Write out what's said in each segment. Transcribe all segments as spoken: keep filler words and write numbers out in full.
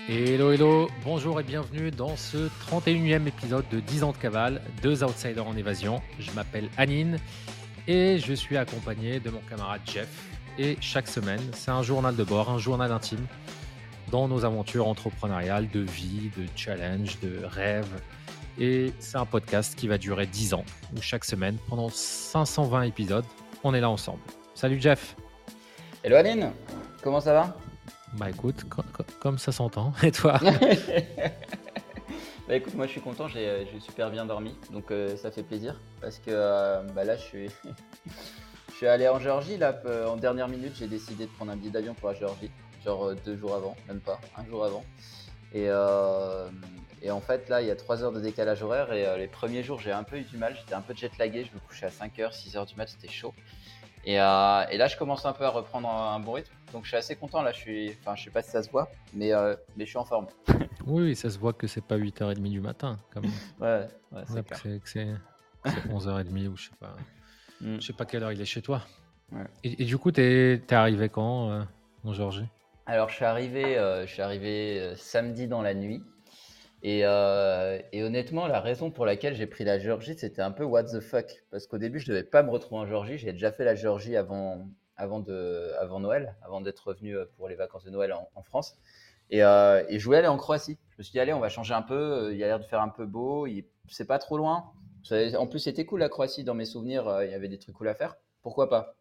Hello, hello, bonjour et bienvenue dans ce trente et unième épisode de dix ans de cavale, deux outsiders en évasion. Je m'appelle Anine et je suis accompagné de mon camarade Jeff. Et chaque semaine, c'est un journal de bord, un journal intime dans nos aventures entrepreneuriales, de vie, de challenge, de rêve. Et c'est un podcast qui va durer dix ans, où chaque semaine, pendant cinq cent vingt épisodes, on est là ensemble. Salut Jeff. Hello Aline, comment ça va? Bah écoute, co- co- comme ça s'entend. Et toi? Bah écoute, moi je suis content, j'ai euh, j'ai super bien dormi, donc euh, ça fait plaisir parce que euh, bah là je suis, je suis allé en Géorgie là, peu- en dernière minute, j'ai décidé de prendre un billet d'avion pour la Géorgie, genre euh, deux jours avant, même pas, un jour avant. Et, euh, et en fait là il y a trois heures de décalage horaire et euh, les premiers jours j'ai un peu eu du mal, j'étais un peu jet lagué, je me couchais à cinq heures, six heures du mat, c'était chaud. Et, euh, et là je commence un peu à reprendre un, un bon rythme, donc je suis assez content là, je suis, enfin je sais pas si ça se voit, mais, euh, mais je suis en forme. Oui, oui, ça se voit que c'est pas huit heures trente du matin, comme Ouais, ouais, c'est là, que clair. c'est que c'est que c'est onze heures trente ou je sais pas, Mm, je sais pas quelle heure il est chez toi. ouais. Et, et du coup, t'es t'es arrivé quand euh, en Géorgie? Alors, je suis arrivé, euh, je suis arrivé euh, samedi dans la nuit. Et, euh, et honnêtement, la raison pour laquelle j'ai pris la Géorgie, c'était un peu what the fuck. Parce qu'au début, je devais pas me retrouver en Géorgie. J'ai déjà fait la Géorgie avant, avant, de, avant Noël, avant d'être revenu euh, pour les vacances de Noël en, en France. Et, euh, et je voulais aller en Croatie. Je me suis dit, allez, on va changer un peu. euh, Il y a l'air de faire un peu beau. Il, c'est pas trop loin. Ça- En plus, c'était cool la Croatie. Dans mes souvenirs, euh, il y avait des trucs cool à faire. Pourquoi pas?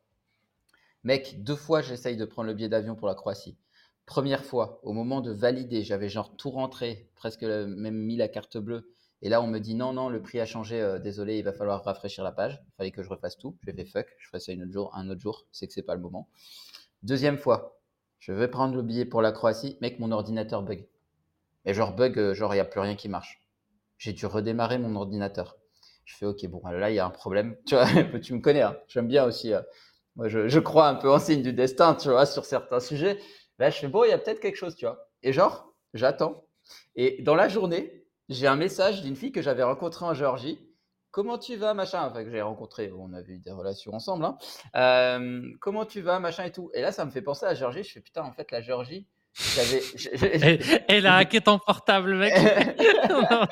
Mec, deux fois, j'essaye de prendre le billet d'avion pour la Croatie. Première fois, au moment de valider, j'avais genre tout rentré, presque euh, même mis la carte bleue. Et là, on me dit non, non, le prix a changé, euh, désolé, il va falloir rafraîchir la page. Il fallait que je refasse tout. J'ai fait fuck, je ferai ça un autre jour, un autre jour, c'est que c'est pas le moment. Deuxième fois, je vais prendre le billet pour la Croatie. Mec, mon ordinateur bug. Et genre bug, euh, genre il n'y a plus rien qui marche. J'ai dû redémarrer mon ordinateur. Je fais ok, bon, là, il y a un problème. Tu vois, tu me connais, hein. J'aime bien aussi. euh, moi, je, je crois un peu en signe du destin, tu vois, sur certains sujets. Là, je fais bon, il y a peut-être quelque chose, tu vois. Et genre, j'attends. Et dans la journée, j'ai un message d'une fille que j'avais rencontrée en Géorgie. Comment tu vas, machin? Enfin, que j'ai rencontré, on avait eu des relations ensemble, hein. Euh, comment tu vas, machin et tout. Et là, ça me fait penser à la Géorgie. Je fais putain, en fait, la Géorgie, j'avais. Elle, elle a hacké ton portable, mec. Non.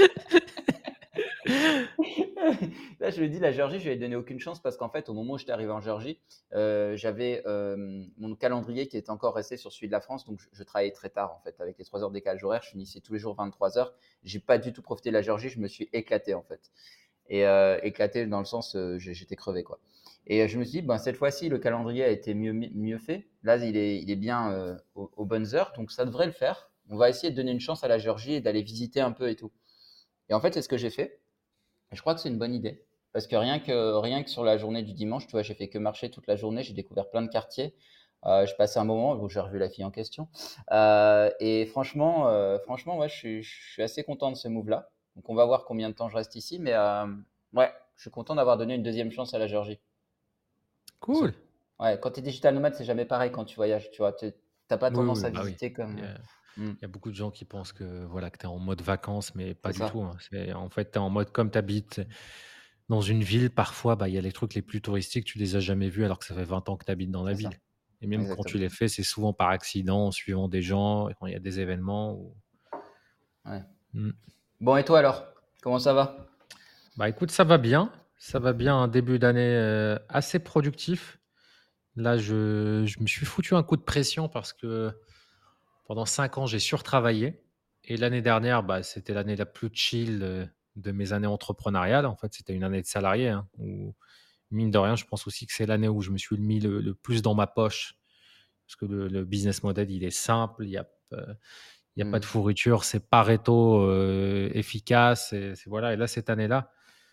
Là, je lui ai dit, la Géorgie, je lui ai donné aucune chance parce qu'en fait, au moment où j'étais arrivé en Géorgie, euh, j'avais euh, mon calendrier qui était encore resté sur celui de la France. Donc, je, je travaillais très tard, en fait, avec les trois heures de décalage horaire. Je finissais tous les jours vingt-trois heures. J'ai pas du tout profité de la Géorgie. Je me suis éclaté, en fait. Et euh, éclaté dans le sens, euh, j'ai- j'étais crevé, quoi. Et euh, je me suis dit, ben, cette fois-ci, le calendrier a été mieux, mieux fait. Là, il est, il est bien euh, aux, aux bonnes heures. Donc, ça devrait le faire. On va essayer de donner une chance à la Géorgie et d'aller visiter un peu et tout. Et en fait, c'est ce que j'ai fait. Et je crois que c'est une bonne idée. Parce que rien que, rien que sur la journée du dimanche, tu vois, j'ai fait que marcher toute la journée, j'ai découvert plein de quartiers. Euh, je passais un moment où j'ai revu la fille en question. Euh, et franchement, euh, franchement, ouais, je suis, je suis assez content de ce move-là. Donc on va voir combien de temps je reste ici, mais euh, ouais, je suis content d'avoir donné une deuxième chance à la Géorgie. Parce que, Cool. ouais, quand tu es digital nomade, c'est jamais pareil quand tu voyages, tu vois. Tu n'as pas Oui, tendance oui, à bah oui. visiter Il y comme. a, Hmm, il y a beaucoup de gens qui pensent que voilà que tu es en mode vacances, mais pas c'est du ça, tout, hein. C'est, en fait, tu es en mode comme tu habites dans une ville, parfois, bah, il y a les trucs les plus touristiques, tu les as jamais vus alors que ça fait vingt ans que tu habites dans la c'est ça, ville. Et même quand tu exactement. les fais, c'est souvent par accident, en suivant des gens, quand il y a des événements. Ou... Ouais. Hmm. Bon, et toi alors? Comment ça va? Bah écoute, ça va bien. Ça va bien, un début d'année euh, assez productif. Là, je, je me suis foutu un coup de pression parce que pendant cinq ans, j'ai surtravaillé. Et l'année dernière, bah, c'était l'année la plus chill euh, de mes années entrepreneuriales. En fait, c'était une année de salarié, hein, où, mine de rien, je pense aussi que c'est l'année où je me suis mis le, le plus dans ma poche. Parce que le, le business model, il est simple, il n'y a, euh, il y a pas de Hmm. fourriture, c'est Pareto euh, efficace. Et, c'est, voilà. Et là, cette année-là,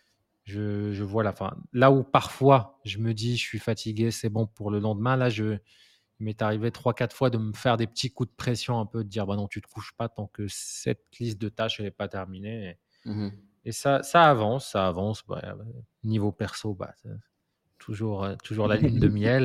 je, je vois la fin. Là où parfois, je me dis, je suis fatigué, c'est bon pour le lendemain, là, je, il m'est arrivé trois, quatre fois de me faire des petits coups de pression un peu, de dire bah non, tu te couches pas tant que cette liste de tâches elle n'est pas terminée. Mhm. Et, et ça, ça avance, ça avance. Bah, euh, niveau perso, bah, c'est toujours, euh, toujours la lune de miel.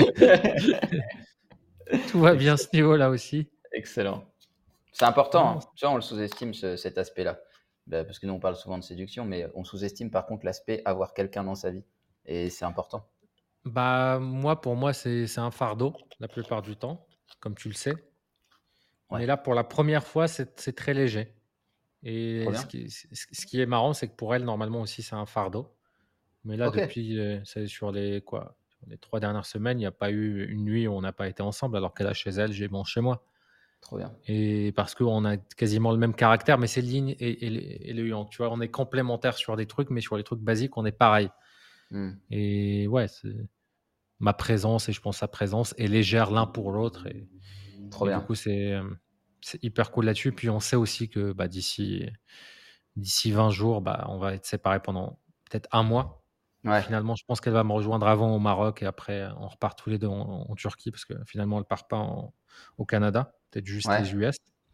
Tout va bien à ce Excellent. niveau-là aussi. Excellent. C'est important, Non, hein. Tu vois, on le sous-estime, ce- cet aspect-là. Ben, parce que nous, on parle souvent de séduction, mais on sous-estime par contre l'aspect avoir quelqu'un dans sa vie. Et c'est important. bah moi, pour moi, c'est, c'est un fardeau la plupart du temps, comme tu le sais. Ouais, Mais là, pour la première fois, c'est c'est très léger. trop Et ce bien. qui, ce ce qui est marrant, c'est que pour elle, normalement aussi, c'est un fardeau. Mais là, Ok, depuis, heu, c'est sur les quoi? Sur les trois dernières semaines, il y a pas eu une nuit où on n'a pas été ensemble, alors qu'elle a chez elle, j'ai mon chez moi. trop bien. Et parce qu'on a quasiment le même caractère, mais c'est le yin et et le et le yang, tu vois? On est complémentaires sur des trucs, mais sur les trucs basiques, on est pareil. Hmm, Et ouais, c'est ma présence et je pense sa présence est légère l'un pour l'autre et trop et du bien. coup, c'est, hem, c'est hyper cool là-dessus. Puis on sait aussi que, bah, d'ici d'ici vingt jours, bah, on va être séparés pendant peut-être un mois. Ouais, Finalement, je pense qu'elle va me rejoindre avant au Maroc et après, heu, on repart tous les deux en en Turquie parce que finalement elle part pas en au Canada, peut-être juste ouais. les U S.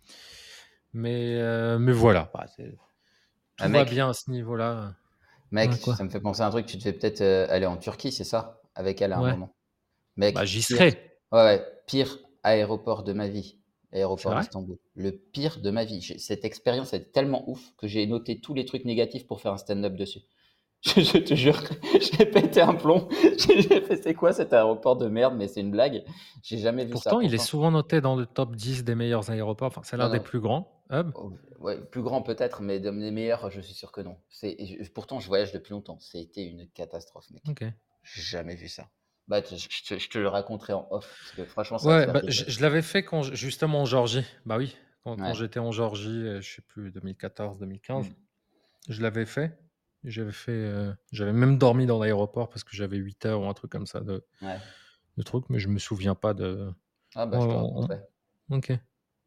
Mais heu, mais voilà, bah, c'est Ah, tout va mec, bien à ce niveau-là. mec, Ouais, ça quoi? me fait penser à un truc. Tu devais peut-être euh, aller en Turquie, c'est ça? Avec elle à un Ouais, moment. bah, Mec, j'y pire. serai. Ouais, ouais, pire aéroport de ma vie. C'est Aéroport vrai? d'Istanbul. Le pire de ma vie. J'ai- Cette expérience est tellement ouf que j'ai noté tous les trucs négatifs pour faire un stand-up dessus. Je, je te jure, j'ai pété un plomb. J'ai j'ai fait, c'est quoi cet aéroport de merde? Mais c'est une blague. J'ai jamais vu ça. Pourtant, il est Pourtant, souvent noté dans le top dix des meilleurs aéroports. Enfin, c'est l'un non, des non. plus grands hubs. Oh, ouais, plus grand peut-être, mais de mes meilleurs, je suis sûr que non. C'est, et je- pourtant, je voyage depuis longtemps. C'était une catastrophe, mec. OK. J'ai jamais vu ça. Bah, je, je te, je te le raconterai en off, parce que franchement, ça va te Ouais, faire bah, je rigoler. je l'avais fait quand j justement en Géorgie. Bah, oui, quand quand Ouais. j'étais en Géorgie, heu, je sais plus deux mille quatorze-deux mille quinze, Mm. je l'avais fait. J'avais fait, heu, j'avais même dormi dans l'aéroport parce que j'avais huit heures ou un truc comme ça de Ouais. de trucs, mais je me souviens pas de Ah bah, ouais, je te on raconterai. on OK.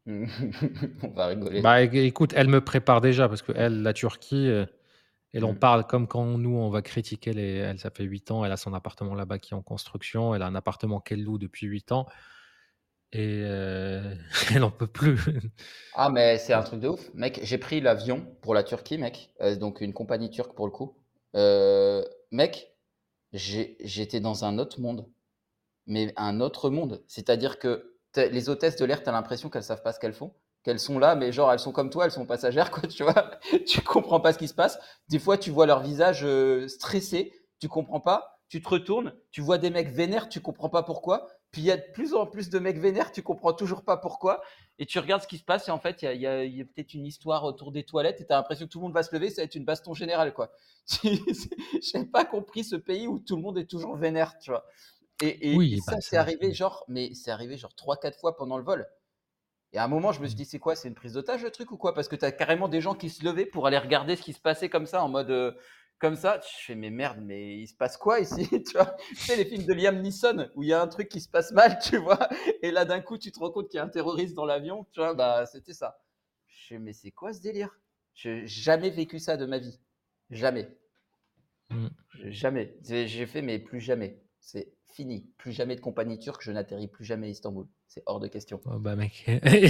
On va rigoler. Bah, éc écoute, elle me prépare déjà parce qu'elle, la Turquie, heu, elle en Mm. parle comme quand nous, on va critiquer les elle, ça fait huit ans, elle a son appartement là-bas qui est en construction, elle a un appartement qu'elle loue depuis huit ans et heu, elle en peut plus. Ah, mais c'est un truc de ouf. Mec, j'ai pris l'avion pour la Turquie, mec. Euh, donc, une compagnie turque pour le coup. Euh, mec, j'ai- j'étais dans un autre monde. Mais un autre monde. C'est-à-dire que t'as- les hôtesses de l'air, tu as l'impression qu'elles savent pas ce qu'elles font. Qu'elles sont là, mais genre, elles sont comme toi, elles sont passagères, quoi, tu vois. Tu comprends pas ce qui se passe. Des fois, tu vois leur visage euh, stressé, tu comprends pas. Tu te retournes, tu vois des mecs vénères, tu comprends pas pourquoi. Puis il y a de plus en plus de mecs vénères, tu comprends toujours pas pourquoi. Et tu regardes ce qui se passe, et en fait, il y a, il y a- il y a peut-être une histoire autour des toilettes, et tu as l'impression que tout le monde va se lever, ça va être une baston générale, quoi. Je n'ai pas compris ce pays où tout le monde est toujours vénère, tu vois. Et, et, et Oui, ça, bah, c'est ça, arrivé c'est genre, mais c'est arrivé genre trois quatre fois pendant le vol. Et à un moment, je me suis mmh. dit, c'est quoi? C'est une prise d'otage le truc ou quoi? Parce que tu as carrément des gens qui se levaient pour aller regarder ce qui se passait comme ça, en mode euh, comme ça. Je fais, mais merde, mais il se passe quoi ici? Tu vois, tu sais, les films de Liam Neeson où il y a un truc qui se passe mal, tu vois, et là d'un coup, tu te rends compte qu'il y a un terroriste dans l'avion, tu vois, bah c'était ça. Je fais, mais c'est quoi ce délire? J'ai jamais vécu ça de ma vie. Jamais. Mmh. Jamais. J'ai j'ai fait, mais plus jamais. C'est fini. Plus jamais de compagnie turque, je n'atterris plus jamais à Istanbul. C'est hors de question. Oh, bah, mec,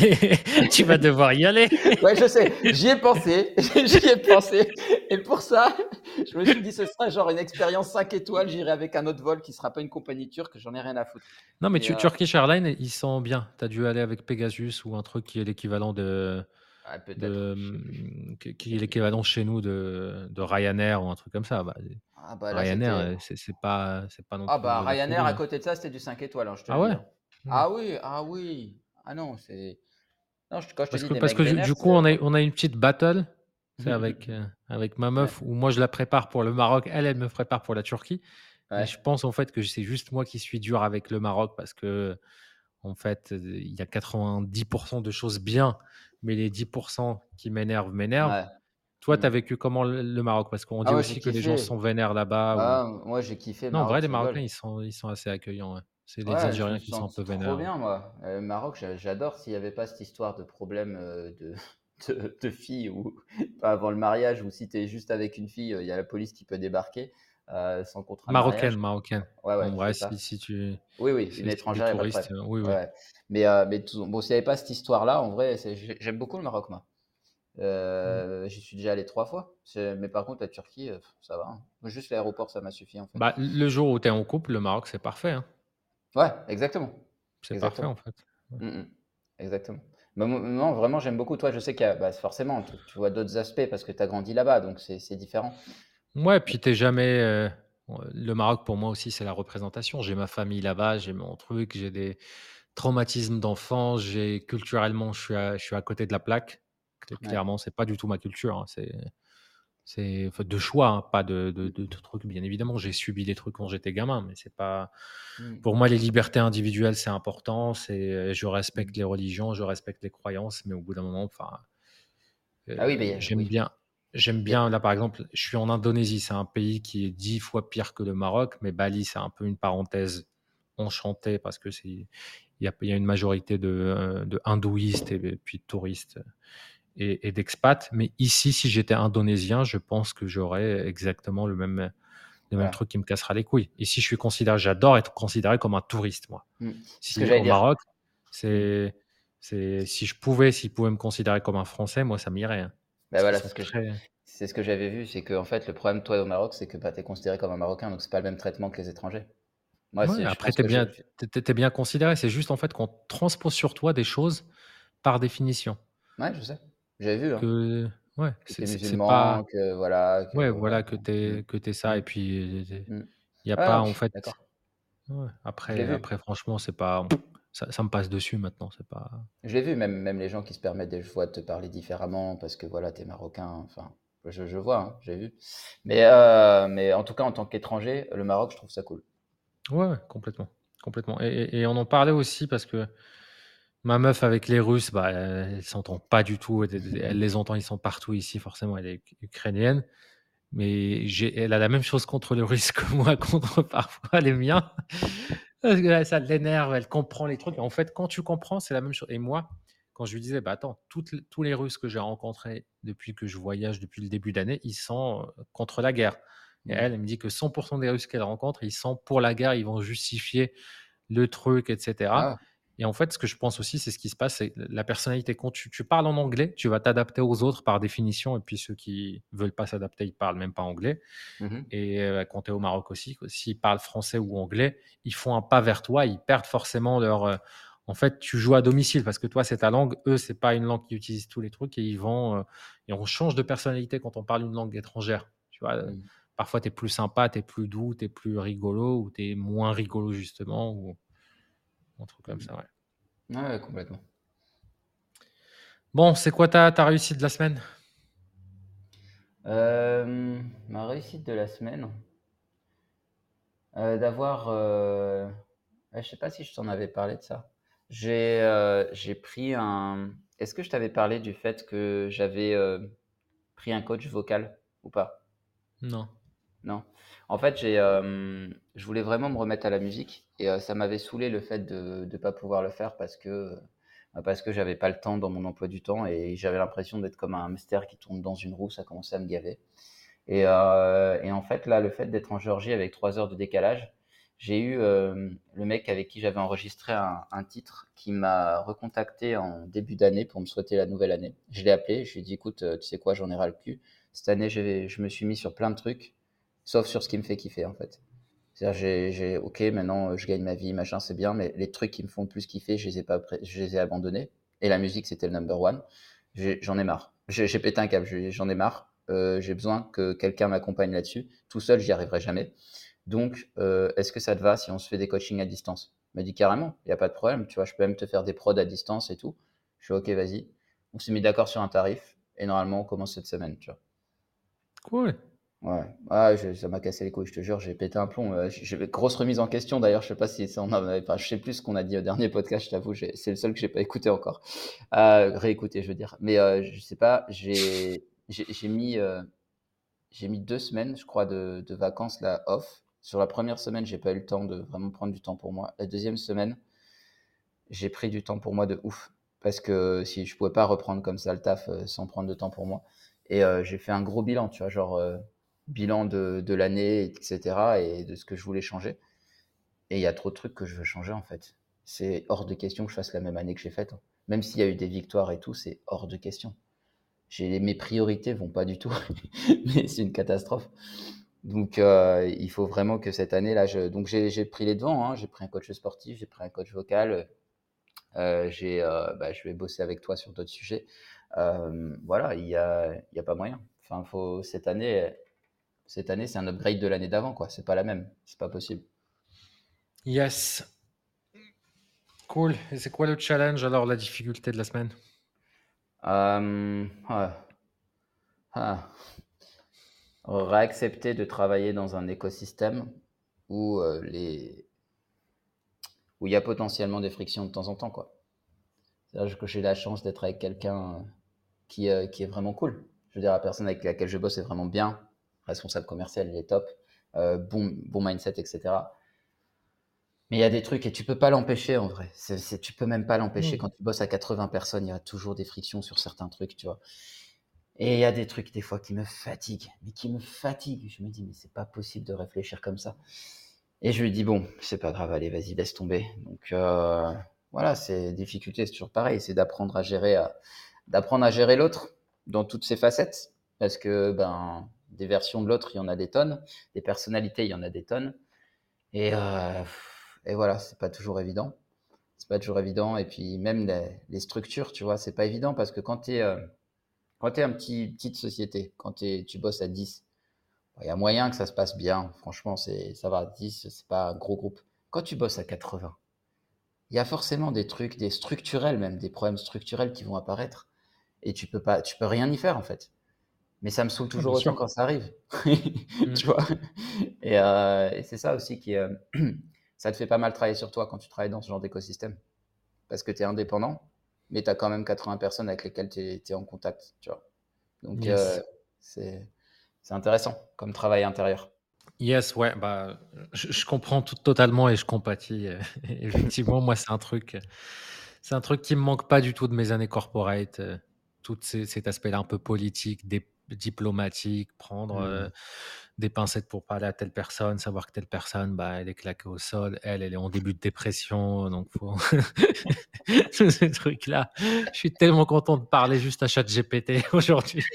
tu vas devoir y aller. Ouais, je sais, j'y ai pensé, j'y ai pensé. Et pour ça, je me suis dit, ce sera genre une expérience cinq étoiles, j'irai avec un autre vol qui sera pas une compagnie turque, j'en ai rien à foutre. Non, mais Mais tu euh, Turkish Airlines, ils sont bien. Tu as dû aller avec Pegasus ou un truc qui est l'équivalent de ah, peut-être, de, je sais plus. mmh, qui qui est l'équivalent chez nous de de Ryanair ou un truc comme ça. Bah, Ah bah là, Ryanair, c'était. heu, c'est c'est pas c'est pas non Ah bah plus la Ryanair, folie, à hein. côté de ça, c'était du cinq étoiles, hein, je te Ah le dis, ouais? hein. Mmh. Ah oui, ah oui. Ah non, c'est. Non, je- quand je te Parce dis que des parce mecs que du vénères, du coup, c'est. on a on a une petite battle, c'est avec, heu, avec ma Ouais, meuf où moi je la prépare pour le Maroc, elle, elle me prépare pour la Turquie et ouais, je pense en fait que c'est juste moi qui suis dur avec le Maroc parce que en fait, heu, il y a quatre-vingt-dix de choses bien, mais les dix qui m'énervent, m'énervent. ouais. Toi, tu as Hmm. vécu comment le le Maroc? Parce qu'on Ah dit moi j'ai aussi que les gens kiffé. sont vénères là-bas ou Ah, moi j'ai kiffé non, en vrai, Maroc, les tu Marocains, rigoles. ils sont ils sont assez accueillants, ouais. C'est les Ouais, je me Algériens suis qui sont un peu senti trop vénères, ouais. bien moi. Euh, Maroc, j'a- j'adore s'il n'y avait pas cette histoire de problème euh, de, de, de filles ou pas avant le mariage ou si tu es juste avec une fille, euh, il y a la police qui peut débarquer euh, sans contrat de Marocaine, mariage. marocaine. Ouais, ouais, En c'est vrai, ça. si si tu Oui, oui, une c'est c'est des étrangère, il n'y a pas de touristes, problème. heu, oui, Ouais, oui. ouais. Mais, euh, mais tout- bon, s'il n'y avait pas cette histoire-là, en vrai, c'est- j'ai- j'aime beaucoup le Maroc, moi. Mmh. Euh, j'y suis déjà allé trois fois. C'est- Mais par contre, la Turquie, euh, pff, ça va, hein. Juste l'aéroport, ça m'a suffi, en fait. Bah, le jour où tu es en couple, le Maroc, c'est parfait, hein. Ouais, exactement. C'est parfait, Exactement. en fait. Ouais. Mm, mm. Exactement. Mais mo- non, vraiment, j'aime beaucoup. Toi, je sais qu'il y a, bah, forcément, tu, tu vois d'autres aspects parce que tu as grandi là-bas, donc c'est c'est différent. Ouais, Mais- puis tu es jamais, heu, Le Maroc, pour moi aussi, c'est la représentation. J'ai ma famille là-bas, j'ai mon truc, j'ai des traumatismes d'enfance, j'ai culturellement, je suis à je suis à côté de la plaque. Cl Ouais. clairement, c'est pas du tout ma culture, hein, c'est c'est faute de choix, hein, pas de de Mmh de mh. de trucs. Bien évidemment, j'ai subi des trucs quand j'étais gamin, mais c'est pas Mmh. pour moi, les libertés individuelles, c'est important, c'est je Mmh. respecte les religions, je respecte les croyances, mais au bout d'un moment, enfin, Ah oui, heu, beh, j'aime oui. bien j'aime Il y a bien là, par exemple, je suis en Indonésie, c'est un pays qui est dix fois pire que le Maroc, mais Bali, c'est un peu une parenthèse enchantée parce que c'est il y a il y a une majorité de, heu, de hindouistes et puis de touristes et et d'expats. Mais ici, si j'étais indonésien, je pense que j'aurais exactement le même le même voilà. truc qui me cassera les couilles. Ici, je suis considéré j'adore être considéré comme un touriste, moi. Mmh. C'est ce que Si j'allais au dire. Maroc, Mmh. c'est c'est si je pouvais s'ils pouvaient me considérer comme un Français, moi, ça m'irait, hein. Bah, Parce qu'ils voilà, c'est sont ce que j très c'est ce que j'avais vu, c'est qu'en fait, le problème, toi, au Maroc, c'est que, bah, tu es considéré comme un Marocain, donc c'est pas le même traitement que les étrangers. Moi, ouais, c'est je après pense tu es que je bien je tu es tu es bien considéré. C'est juste, en fait, qu'on transpose sur toi des choses par définition ouais, je sais. J'avais vu, hein, que ouais, que c'est tu es c'est c'est pas musulman, que voilà, que ouais, voilà, voilà, que enfin, tu mmh, es que tu es ça mmh, et puis il mmh. y a Ah pas, non, je en suis fait d'accord. ouais, Je l'ai après vu. après franchement, c'est pas ça ça me passe dessus maintenant, c'est pas Je l'ai vu, même même les gens qui se permettent des fois de te parler différemment parce que voilà, tu es marocain, enfin, je je vois, hein, j'ai vu. Mais heu, mais en tout cas, en tant qu'étranger, le Maroc, je trouve ça cool. ouais, ouais, complètement, complètement et et et on en parlait aussi parce que ma meuf avec les Russes, bah, elle s'entend pas du tout. Elle elle les entend, ils sont partout ici, forcément, elle est ukrainienne. Mais j'ai elle a la même chose contre les Russes que moi contre parfois les miens. Parce que là, ça l'énerve, elle comprend les trucs. En fait, quand tu comprends, c'est la même chose et moi, quand je lui disais: «Bah, attends, toutes l tous les Russes que j'ai rencontrés depuis que je voyage depuis le début d'année, ils sont, heu, contre la guerre» et Mmh. elle, elle me dit que cent pour cent des Russes qu'elle rencontre, ils sont pour la guerre, ils vont justifier le truc et cetera Ah, et en fait, ce que je pense aussi, c'est ce qui se passe, c'est la personnalité. Quand tu tu parles en anglais, tu vas t'adapter aux autres par définition et puis ceux qui veulent pas s'adapter, ils parlent même pas anglais mmh mh. et heu, quand tu es au Maroc aussi, quoi, s'ils parlent français ou anglais, ils font un pas vers toi, ils perdent forcément leur, heu en fait, tu joues à domicile parce que toi, c'est ta langue, eux, c'est pas une langue qu'ils utilisent tous les trucs et ils vont, heu et on change de personnalité quand on parle une langue étrangère, tu vois? Heu, Mmh. parfois, tu es plus sympa, tu es plus doux, tu es plus rigolo ou tu es moins rigolo justement ou un truc comme Mmh. ça, ouais. Ouais, ouais, complètement. Bon, c'est quoi ta ta réussite de la semaine? Hem, ma réussite de la semaine, heu, d'avoir, heu, ouais, je sais pas si je t'en avais parlé de ça. J'ai, heu, j'ai pris un est-ce que je t'avais parlé du fait que j'avais, heu, pris un coach vocal ou pas? Non. Non? En fait, j'ai, hem, je voulais vraiment me remettre à la musique et heu, ça m'avait saoulé le fait de de pas pouvoir le faire parce que, heu, bah, parce que j'avais pas le temps dans mon emploi du temps et j'avais l'impression d'être comme un hamster qui tourne dans une roue, ça commençait à me gaver. Et heu et en fait, là, le fait d'être en Géorgie avec trois heures de décalage, j'ai eu, hem, le mec avec qui j'avais enregistré un un titre qui m'a recontacté en début d'année pour me souhaiter la nouvelle année. Je l'ai appelé, je lui ai dit: «Écoute, heu, tu sais quoi? J'en ai ras le cul. Cette année, j'ai je me suis mis sur plein de trucs, sauf sur ce qui me fait kiffer, en fait». C'est-à-dire j'ai j'ai OK, maintenant, heu, je gagne ma vie, machin, c'est bien, mais les trucs qui me font le plus kiffer, je les ai pas pré je les ai abandonnés et la musique, c'était le number one. J'ai j'en ai marre. J'ai j'ai pété un câble, j'ai j'en ai marre, heu, j'ai besoin que quelqu'un m'accompagne là-dessus. Tout seul, j'y arriverai jamais. Donc, heu, est-ce que ça te va si on se fait des coachings à distance? Il m'a dit: «Carrément, il y a pas de problème, tu vois? Je peux même te faire des prods à distance et tout». Je fais: «OK, vas-y». On s'est mis d'accord sur un tarif et normalement, on commence cette semaine, tu vois? Cool. Ouais, ah je ça m'a cassé les couilles, je te jure, j'ai pété un plomb, heu, j'ai j'ai grosse remise en question d'ailleurs, je sais pas si ça on en avait enfin, je sais plus ce qu'on a dit au dernier podcast, je t'avoue, j'ai c'est le seul que j'ai pas écouté encore. Heu, réécouté, je veux dire. Mais, heu, je sais pas, j'ai j'ai j'ai mis, heu, j'ai mis deux semaines, je crois, de de vacances là, off. Sur la première semaine, j'ai pas eu le temps de vraiment prendre du temps pour moi. La deuxième semaine, j'ai pris du temps pour moi de ouf. Parce que si je pouvais pas reprendre comme ça le taf, heu, sans prendre de temps pour moi et heu, j'ai fait un gros bilan, tu vois? Genre, heu, bilan de de l'année et cetera et de ce que je voulais changer et il y a trop de trucs que je veux changer, en fait. C'est hors de question que je fasse la même année que j'ai faite, hein. Même s'il y a eu des victoires et tout, c'est hors de question. J'ai mes priorités vont pas du tout, mais c'est une catastrophe. Donc heu, il faut vraiment que cette année-là, je donc j'ai j'ai pris les devants, hein. J'ai pris un coach sportif, j'ai pris un coach vocal, Heu, j'ai, heu, bah, je vais bosser avec toi sur d'autres sujets. Hem, voilà, il y a il y a pas moyen. Enfin, faut cette année, cette année, c'est un upgrade de l'année d'avant, quoi. C'est pas la même. C'est pas possible. Yes. Cool. Et c'est quoi le challenge alors, la difficulté de la semaine? Euh, ah, ah. Réaccepter de travailler dans un écosystème où euh, les où il y a potentiellement des frictions de temps en temps, quoi. C'est-à-dire que j'ai la chance d'être avec quelqu'un euh, qui, euh, qui est vraiment cool. Je veux dire, la personne avec laquelle je bosse est vraiment bien, responsable commercial, il est top, euh, bon, bon mindset, et cetera. Mais il y a des trucs et tu peux pas l'empêcher en vrai. C'est, c'est, tu peux même pas l'empêcher. Hmm. Quand tu bosses à quatre-vingts personnes, il y a toujours des frictions sur certains trucs, tu vois. Et il y a des trucs des fois qui me fatiguent, mais qui me fatiguent. Je me dis, mais c'est pas possible de réfléchir comme ça. Et je lui dis, bon, c'est pas grave, allez, vas-y, laisse tomber. Donc euh, voilà, c'est difficulté, c'est toujours pareil, c'est d'apprendre à gérer, à- d'apprendre à gérer l'autre dans toutes ses facettes, parce que ben des versions de l'autre, il y en a des tonnes, des personnalités, il y en a des tonnes, et euh, et voilà, c'est pas toujours évident, c'est pas toujours évident. Et puis même les, les structures, tu vois, c'est pas évident parce que quand t'es euh, quand t'es un petit petite société, quand t'es, tu bosses à dix, il y a moyen que ça se passe bien. Franchement, c'est, ça va. dix, c'est pas un gros groupe. Quand tu bosses à quatre-vingts, il y a forcément des trucs, des structurels même, des problèmes structurels qui vont apparaître. Et tu peux pas, tu peux rien y faire, en fait. Mais ça me saoule Ah, toujours bien autant sûr. quand ça arrive. Hmm. Tu vois? Et, euh, et c'est ça aussi qui, euh, ça te fait pas mal travailler sur toi quand tu travailles dans ce genre d'écosystème. Parce que tu es indépendant, mais tu as quand même quatre-vingts personnes avec lesquelles tu es en contact, tu vois. Donc, euh, Yes. c'est, c'est intéressant comme travail intérieur. Yes, ouais, bah, je, je comprends tout totalement et je compatis. euh, Effectivement, moi, c'est un truc, c'est un truc qui me manque pas du tout de mes années corporate. euh, Tout ces- cet aspect-là un peu politique, dé- diplomatique, prendre euh, Hmm. des pincettes pour parler à telle personne, savoir que telle personne, bah, elle est claquée au sol, elle, elle est en début de dépression, donc faut tous ces trucs-là. Je suis tellement content de parler juste à ChatGPT aujourd'hui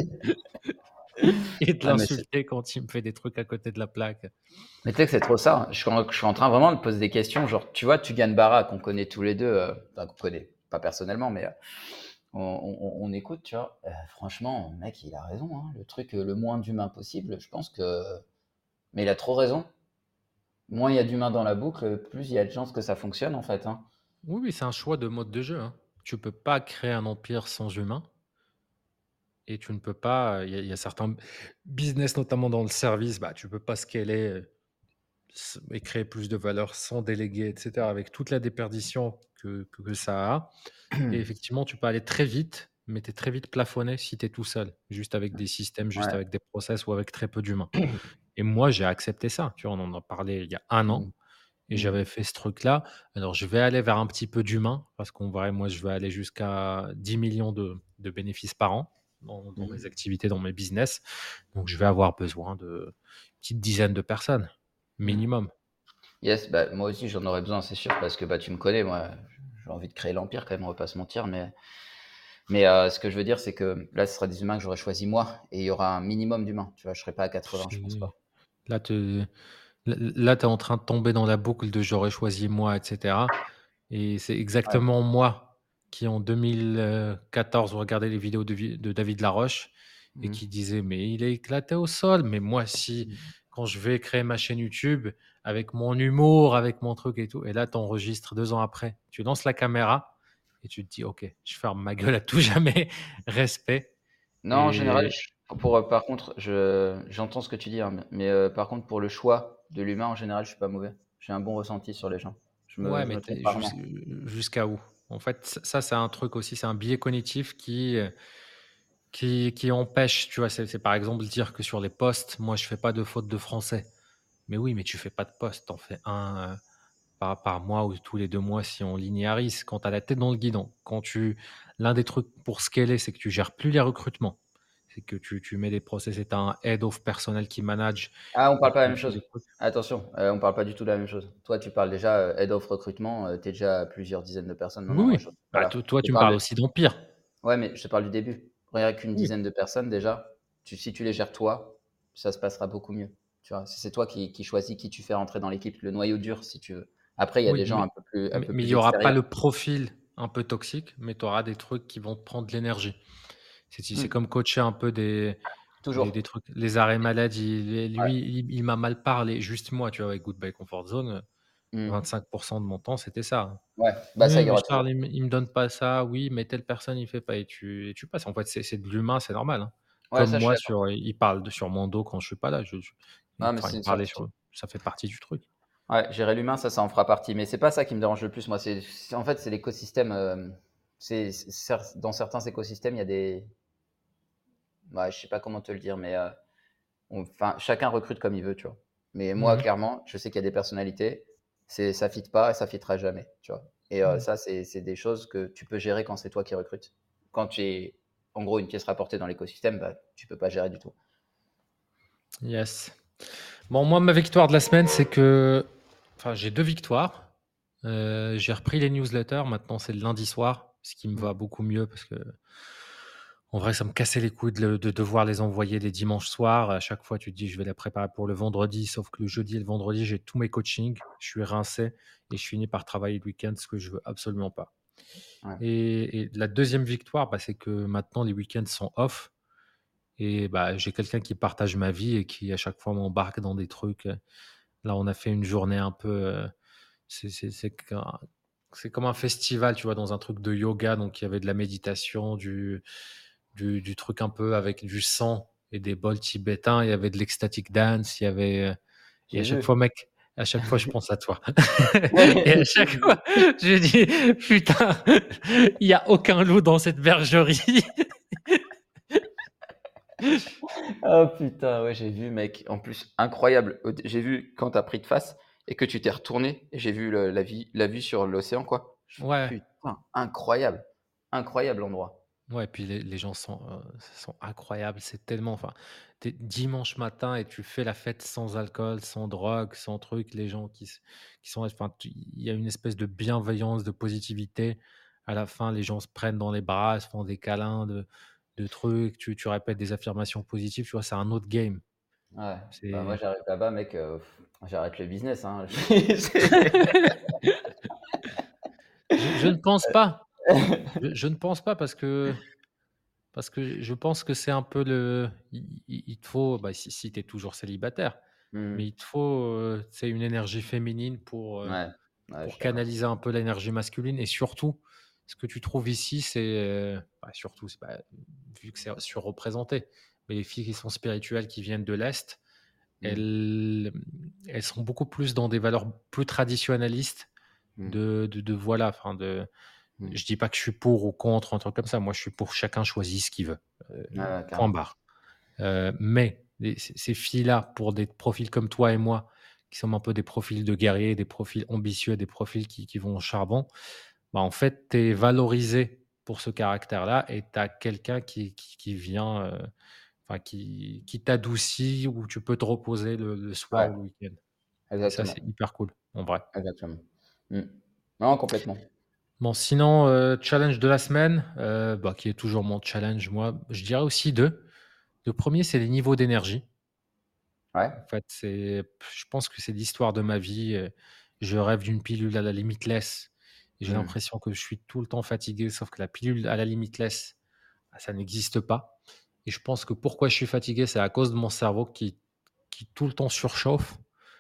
et de Ah, mais c'est l'insulter quand il me fait des trucs à côté de la plaque. Mais tu sais que c'est trop ça. Je suis, en, je suis en train vraiment de poser des questions. Genre, tu vois, Tugan Barra, qu'on connaît tous les deux, euh, enfin, qu'on connaît pas personnellement, mais euh, on, on- on écoute, tu vois. Euh, franchement, mec, il a raison, hein. Le truc euh, le moins d'humain possible, je pense que. Mais il a trop raison. Moins il y a d'humains dans la boucle, plus il y a de chances que ça fonctionne, en fait, hein. Oui, oui, c'est un choix de mode de jeu, hein. Tu peux pas créer un empire sans humains et tu ne peux pas. Il y, a il y a certains business, notamment dans le service, bah, tu peux pas scaler euh, s- et créer plus de valeur sans déléguer, et cetera, avec toute la déperdition que, que, que ça a. Et effectivement, tu peux aller très vite, mais tu es très vite plafonné si tu es tout seul, juste avec des systèmes, juste Ouais. avec des process ou avec très peu d'humains. Et moi, j'ai accepté ça. Tu vois, on en a parlé il y a un Mm, an. Et mm, j'avais fait ce truc-là. Alors, je vais aller vers un petit peu d'humain parce qu'en vrai, moi, je vais aller jusqu'à dix millions de, de bénéfices par an dans, dans mes mm, activités, dans mes business. Donc, je vais avoir besoin de une petite dizaine de personnes, mm. minimum. Yes, bah, moi aussi j'en aurais besoin, c'est sûr, parce que bah, tu me connais, moi, j'ai envie de créer l'empire quand même, on va pas se mentir, mais Mais euh, ce que je veux dire, c'est que là, ce sera des humains que j'aurais choisi moi, et il y aura un minimum d'humains. Tu vois, je serai pas à quatre-vingts, je pense C'est- pas. Là, tu es en train de tomber dans la boucle de j'aurais choisi moi, et cetera. Et c'est Ouais. exactement moi qui, en deux mille quatorze, regardait les vidéos de, vi- de David Laroche et Mhm. qui disait, mais il est éclaté au sol. Mais moi, si, quand je vais créer ma chaîne YouTube, avec mon humour, avec mon truc et tout, et là, tu enregistres deux ans après, tu lances la caméra et tu te dis, OK, je ferme ma gueule à tout jamais, respect. Non, en général, Et je- pour, euh, par contre, je, j'entends ce que tu dis, hein, mais euh, par contre, pour le choix de l'humain, en général, je suis pas mauvais. J'ai un bon ressenti sur les gens. Je me, ouais, je mais me trompe t'es jus- rarement. jusqu'à où? En fait, ça, c'est un truc aussi, c'est un biais cognitif qui, euh, qui, qui empêche, tu vois, c'est c'est par exemple dire que sur les postes, moi, je fais pas de faute de français. Mais oui, mais tu fais pas de poste, t'en fais un euh, par, par mois ou tous les deux mois si on linéarise. Quand tu as la tête dans le guidon, quand tu, l'un des trucs pour scaler, c'est que tu gères plus les recrutements. C'est que tu, tu mets des process et tu as un head of personnel qui manage Ah, on et parle pas la qui même fait des chose. trucs. Attention, euh, on parle pas du tout de la même chose. Toi, tu parles déjà euh, head of recrutement, euh, t'es déjà à plusieurs dizaines de personnes. Non, Oui, non, moi, oui. je, Bah, voilà. to- toi, Je tu me parle parles de, aussi d'empire. Ouais, mais je te parle du début. Rien qu'une Oui. dizaine de personnes, déjà, tu, si tu les gères toi, ça se passera beaucoup mieux. Tu vois, c'est toi qui, qui choisis qui tu fais rentrer dans l'équipe, le noyau dur, si tu veux. Après, il y a Oui, des gens mais un peu plus, un mais peu mais il plus y aura pas extérieurs. le profil un peu toxique, mais tu auras des trucs qui vont te prendre de l'énergie. C'est c'est Hmm. comme coacher un peu des Les, Toujours. des trucs, les arrêts maladie. les- Ouais. Lui, il, il m'a mal parlé. Juste moi, tu vois, avec Goodbye Comfort Zone, Mmh. vingt-cinq pour cent de mon temps, c'était ça. Ouais, bah, ça, Oui, il y mais aura toujours. Charles, il me, il me donne pas ça. Oui, mais telle personne, il fait pas. Et tu, et tu passes. En fait, c'est c'est de l'humain, c'est normal, hein. Ouais, Comme ça, je suis moi, d'accord. sur, il parle de, sur mon dos quand je suis pas là. Je, je- il, Ah, mais enfin, c'est il une parlait certitude. sur. Ça fait partie du truc. Ouais, gérer l'humain, ça, ça en fera partie. Mais c'est pas ça qui me dérange le plus, moi. C'est, c'est- en fait, c'est l'écosystème. euh, c'est, c'est- cer- dans certains écosystèmes, il y a des. Ouais, je sais pas comment te le dire, mais euh, on- enfin, chacun recrute comme il veut, tu vois. Mais moi, Mhm. clairement, je sais qu'il y a des personnalités, c'est, ça fit pas et ça fitera jamais, tu vois. Et euh, Mhm. ça, c'est, c'est des choses que tu peux gérer quand c'est toi qui recrutes. Quand tu es, en gros, une pièce rapportée dans l'écosystème, bah, tu peux pas gérer du tout. Yes. Bon, moi, ma victoire de la semaine, c'est que. Enfin, j'ai deux victoires. Euh, j'ai repris les newsletters. Maintenant, c'est le lundi soir, ce qui me Mm. va beaucoup mieux parce que, en vrai, ça me cassait les couilles de, le- de devoir les envoyer les dimanches soirs. À chaque fois, tu te dis, je vais les préparer pour le vendredi, sauf que le jeudi et le vendredi, j'ai tous mes coachings. Je suis rincé et je finis par travailler le week-end, ce que je veux absolument pas. Ouais. Et, et la deuxième victoire, bah, c'est que maintenant, les week-ends sont off. Et bah, j'ai quelqu'un qui partage ma vie et qui, à chaque fois, m'embarque dans des trucs. Là, on a fait une journée un peu. euh, c'est c'est- c'est qu'un- c'est comme un festival, tu vois, dans un truc de yoga. Donc, il y avait de la méditation, du, du, du truc un peu avec du sang et des bols tibétains. Il y avait de l'ecstatic dance. Il y avait. euh, Et à J'ai chaque vu. fois, mec, à chaque fois, je pense à toi. Et à chaque fois, je dis, putain, il n'y a aucun loup dans cette bergerie. Oh putain, ouais, j'ai vu, mec. En plus, incroyable. Au- J'ai vu quand t'as pris de face et que tu t'es retourné. Et j'ai vu le- la, vie, la vue sur l'océan, quoi. Je fais, Ouais. putain, incroyable. Incroyable endroit. Ouais, puis les, les gens sont, euh, sont incroyables. C'est tellement. Enfin, t'es dimanche matin et tu fais la fête sans alcool, sans drogue, sans truc. Les gens qui, s- qui sont. Enfin, tu- il y a une espèce de bienveillance, de positivité. À la fin, les gens se prennent dans les bras, se font des câlins, de, de trucs. Tu, tu répètes des affirmations positives. Tu vois, c'est un autre game. Ouais. Bah, moi, C'est. j'arrive là-bas, mec. euh, pff, j'arrête le business, hein. C'est- je, je ne pense pas. Je, je ne pense pas parce que. Parce que je pense que c'est un peu le. Il, il- il te faut, bah, si, si tu es toujours célibataire, mais Hmm. il te faut euh, tu sais, une énergie féminine pour, euh, Ouais. Ouais, je pour suis d'accord. canaliser un peu l'énergie masculine. Et surtout, ce que tu trouves ici, c'est. euh, bah, surtout, c'est pas- vu que c'est surreprésenté, mais les filles qui sont spirituelles, qui viennent de l'Est, Hmm. elles, elles sont beaucoup plus dans des valeurs plus traditionnalistes Hmm. de, de, de voilà, enfin de. Hmm. Je dis pas que je suis pour ou contre, un truc comme ça. Moi, je suis pour chacun choisit ce qu'il veut. Euh, Ouais, ouais, point carrément. barre. Euh, mais les- c- ces filles-là, pour des profils comme toi et moi, qui sommes un peu des profils de guerriers, des profils ambitieux, des profils qui, qui vont au charbon, bah, en fait, tu es valorisé pour ce caractère-là et tu as quelqu'un qui, qui, qui vient, euh, enfin, qui, qui t'adoucit où tu peux te reposer le, le soir Ouais, ou le week-end. Et ça, c'est exactement. hyper cool, en vrai. Exactement. Hmm. Non, complètement. Bon, sinon, euh, challenge de la semaine, euh, bah, qui est toujours mon challenge, moi, je dirais aussi deux. Le premier, c'est les niveaux d'énergie. Ouais. En fait, c'est, je pense que c'est l'histoire de ma vie. euh, Je rêve d'une pilule à la limitless. J'ai Hmm. l'impression que je suis tout le temps fatigué, sauf que la pilule à la limitless, bah, ça n'existe pas. Et je pense que pourquoi je suis fatigué, c'est à cause de mon cerveau qui, qui tout le temps surchauffe.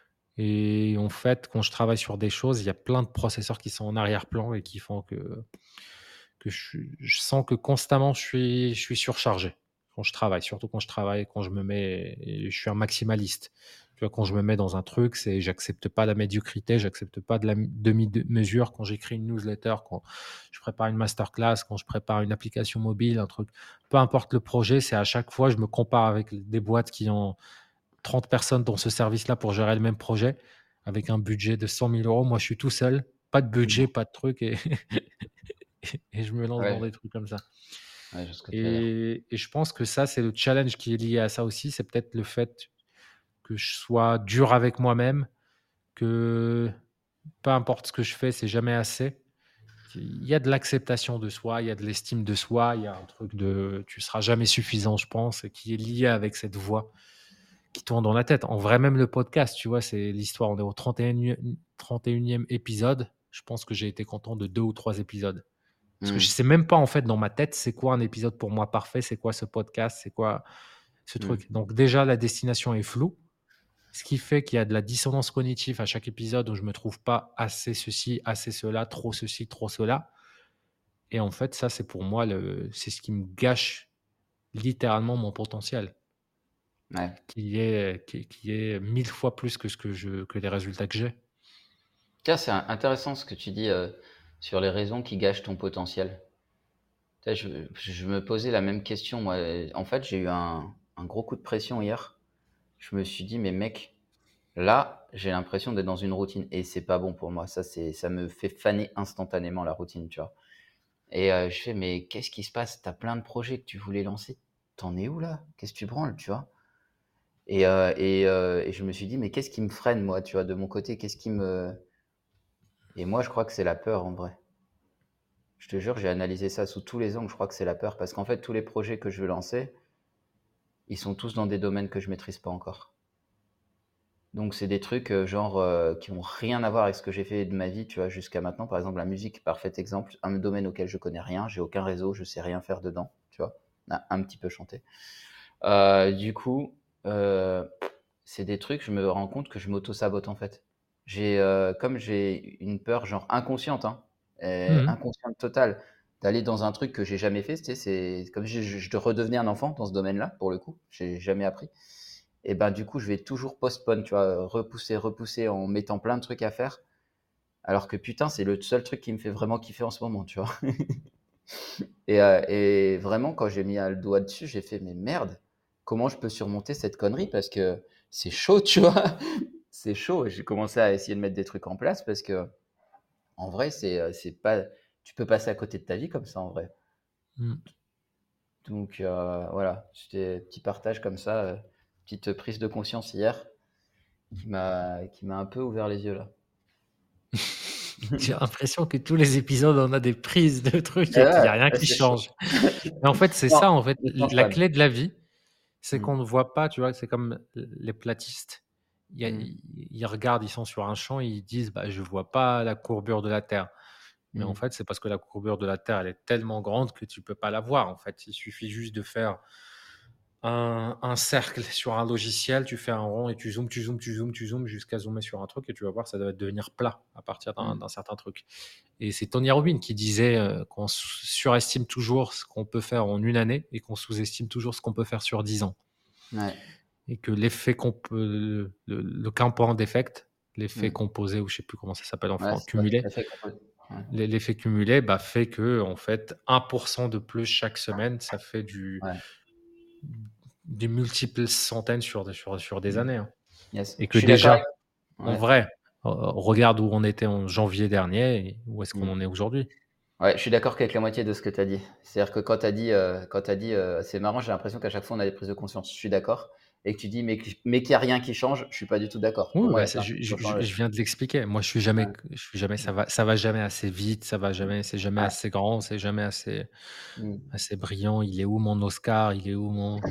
Et en fait, quand je travaille sur des choses, il y a plein de processeurs qui sont en arrière-plan et qui font que que je, suis- je sens que constamment je suis, je suis surchargé quand je travaille, surtout quand je travaille, quand je me mets, et je suis un maximaliste. Tu vois, quand je me mets dans un truc, c'est j'accepte pas la médiocrité, j'accepte pas de la demi-mesure quand j'écris une newsletter, quand je prépare une masterclass, quand je prépare une application mobile, un truc. Peu importe le projet, c'est à chaque fois je me compare avec des boîtes qui ont trente personnes dans ce service-là pour gérer le même projet avec un budget de cent mille euros. Moi, je suis tout seul, pas de budget, Hmm. pas de truc et et je me lance dans des Ouais. trucs comme ça. Ouais, je vois ce que tu veux dire. Et, et je pense que ça, c'est le challenge qui est lié à ça aussi. C'est peut-être le fait que je sois dur avec moi-même, que peu importe ce que je fais, c'est jamais assez. Il y a de l'acceptation de soi, il y a de l'estime de soi, il y a un truc de tu seras jamais suffisant, je pense, et qui est lié avec cette voix qui tourne dans la tête. En vrai, même le podcast, tu vois, c'est l'histoire. On est au trente et unième, trente et unième épisode. Je pense que j'ai été content de deux ou trois épisodes. Parce que je Hmm. sais même pas, en fait, dans ma tête, c'est quoi un épisode pour moi parfait, c'est quoi ce podcast, c'est quoi. ce Mmh. truc. Donc déjà, la destination est floue, ce qui fait qu'il y a de la dissonance cognitive à chaque épisode où je me trouve pas assez ceci, assez cela, trop ceci, trop cela. Et en fait, ça, c'est pour moi le c'est ce qui me gâche littéralement mon potentiel, Ouais. qui est qui est qui est mille fois plus que ce que je que les résultats que j'ai. Tiens, c'est in intéressant ce que tu dis, heu, sur les raisons qui gâchent ton potentiel. Tu sais, je je me posais la même question moi, heu, en fait, j'ai eu un un gros coup de pression hier. Je me suis dit: «Mais mec, là, j'ai l'impression d'être dans une routine et c'est pas bon pour moi». Ça, c'est ça me fait faner instantanément la routine, tu vois? Et heu, je fais: «Mais qu'est-ce qui se passe? Tu as plein de projets que tu voulais lancer. Tu en es où là? Qu'est-ce que tu branles?» tu vois? Et heu et heu et je me suis dit: «Mais qu'est-ce qui me freine moi?» tu vois? De mon côté, qu'est-ce qui me et moi, je crois que c'est la peur en vrai. Je te jure, j'ai analysé ça sous tous les angles, je crois que c'est la peur parce qu'en fait, tous les projets que je veux lancer, ils sont tous dans des domaines que je maîtrise pas encore. Donc c'est des trucs, heu, genre, heu, qui ont rien à voir avec ce que j'ai fait de ma vie, tu vois? Jusqu'à maintenant, par exemple, la musique, parfait exemple, un domaine auquel je connais rien, j'ai aucun réseau, je sais rien faire dedans, tu vois? Un un petit peu chanter. Heu, du coup, heu, c'est des trucs, je me rends compte que je m'auto-sabote, en fait. J'ai, heu, comme j'ai une peur genre inconsciente, hein, heu, Mmh. inconsciente totale, d'aller dans un truc que j'ai jamais fait, tu sais? C'est comme si je je redevenais un enfant dans ce domaine-là, pour le coup, j'ai jamais appris et ben, du coup, je vais toujours postpone, tu vois? Repousser, repousser en mettant plein de trucs à faire, alors que putain, c'est le seul truc qui me fait vraiment kiffer en ce moment, tu vois? Et heu et vraiment quand j'ai mis, heu, le doigt dessus, j'ai fait: «Mais merde, comment je peux surmonter cette connerie?» parce que c'est chaud, tu vois? C'est chaud et j'ai commencé à essayer de mettre des trucs en place parce qu'en vrai, c'est, heu, c'est pas tu peux passer à côté de ta vie comme ça, en vrai. Mmh. Donc heu, voilà, c'était petit partage comme ça, heu, petite prise de conscience hier qui m'a qui m'a un peu ouvert les yeux, là. J'ai l'impression que tous les épisodes, on a des prises de trucs Et et qu'il y ouais, a rien ouais, qui c'est chaud. change. Mais en fait, c'est Non, ça, en fait, ça change la quand même. clé de la vie, c'est Mmh. qu'on ne voit pas, tu vois? C'est comme les platistes. Il y a Mmh. ils ils regardent, ils sont sur un champ, ils disent: «Bah, je vois pas la courbure de la terre». Mais en Mmh. fait, c'est parce que la courbure de la terre, elle est tellement grande que tu peux pas la voir, en fait. Il suffit juste de faire un un cercle sur un logiciel, tu fais un rond et tu zoomes, tu zoomes, tu zoomes, tu zoomes jusqu'à zoomer sur un truc et tu vas voir, ça va devenir plat à partir d'un Mmh. d'un certain truc. Et c'est Tony Robbins qui disait, heu, qu'on sous surestime toujours ce qu'on peut faire en une année et qu'on sous-estime toujours ce qu'on peut faire sur dix ans. Ouais. Et que l'effet comp le le le compound effect, l'effet Mmh. composé ou je sais plus comment ça s'appelle en Ouais, fran c'est ça, cumulé, effet composé. Ouais. l'e l'effet cumulé, bah, fait que en fait un pour cent de plus chaque semaine, ça fait du Ouais. des multiples centaines sur des sur sur des Mmh. années, hein. Yes. Et Je que suis d'accord déjà, avec en ouais. vrai, heu, regarde où on était en janvier dernier et où est-ce qu'on Mmh. en est aujourd'hui. Ouais, je suis d'accord qu'avec la moitié de ce que tu as dit. C'est-à-dire que quand tu as dit, heu, quand tu as dit, heu: «C'est marrant, j'ai l'impression qu'à chaque fois on a des prises de conscience». Je suis d'accord et que tu dis: «Mais q mais qu'il y a rien qui change», je suis pas du tout d'accord. Pour Oui, moi, il y bah, a c'est plein de je trucs qui je ont je changé. je viens de l'expliquer. Moi, je suis jamais Ouais. je suis jamais ça Mmh. va ça va jamais assez vite, ça va jamais c'est jamais Ouais. assez grand, c'est jamais assez Mmh. assez brillant. Il est où mon Oscar? Il est où mon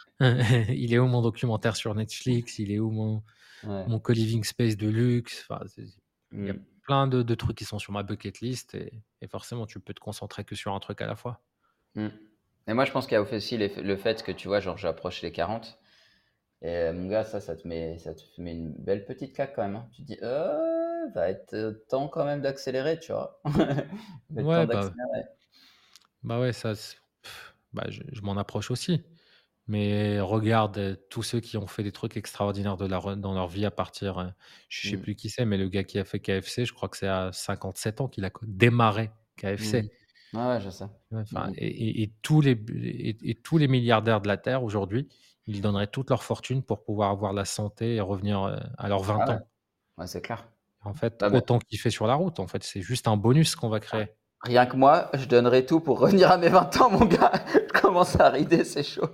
il est où mon documentaire sur Netflix? Il est où mon Ouais. mon co-living space de luxe? Enfin, c'est il y a Mmh. plein de de trucs qui sont sur ma bucket list et et forcément, tu peux te concentrer que sur un truc à la fois. Mmh. Et moi, je pense qu'il y a aussi l'eff le fait que, tu vois, genre, j'approche les quarante et mon gars, ça, ça te met ça te met une belle petite claque quand même, hein. Tu te dis: «Heu, va être, heu, temps quand même d'accélérer», tu vois? Va être temps Ouais, bah d'accélérer. bah, ouais, ça c bah, je je m'en approche aussi. Mais regarde, heu, tous ceux qui ont fait des trucs extraordinaires de leur dans leur vie à partir, heu, je sais Mmh. plus qui c'est, mais le gars qui a fait K F C, je crois que c'est à cinquante-sept ans qu'il a co démarré Mmh. K F C. Ouais, ouais, je sais. Ouais, Mmh enfin mh. et et et tous les b et et tous les milliardaires de la terre aujourd'hui, ils donneraient toute leur fortune pour pouvoir avoir la santé et revenir, heu, à leurs Ah vingt ouais, ans. ouais, c'est clair. En fait, Ah mais autant kiffer sur la route, en fait, c'est juste un bonus qu'on va créer. rien que moi, je donnerais tout pour revenir à mes vingt ans, mon gars. Je commence à rider, c'est chaud.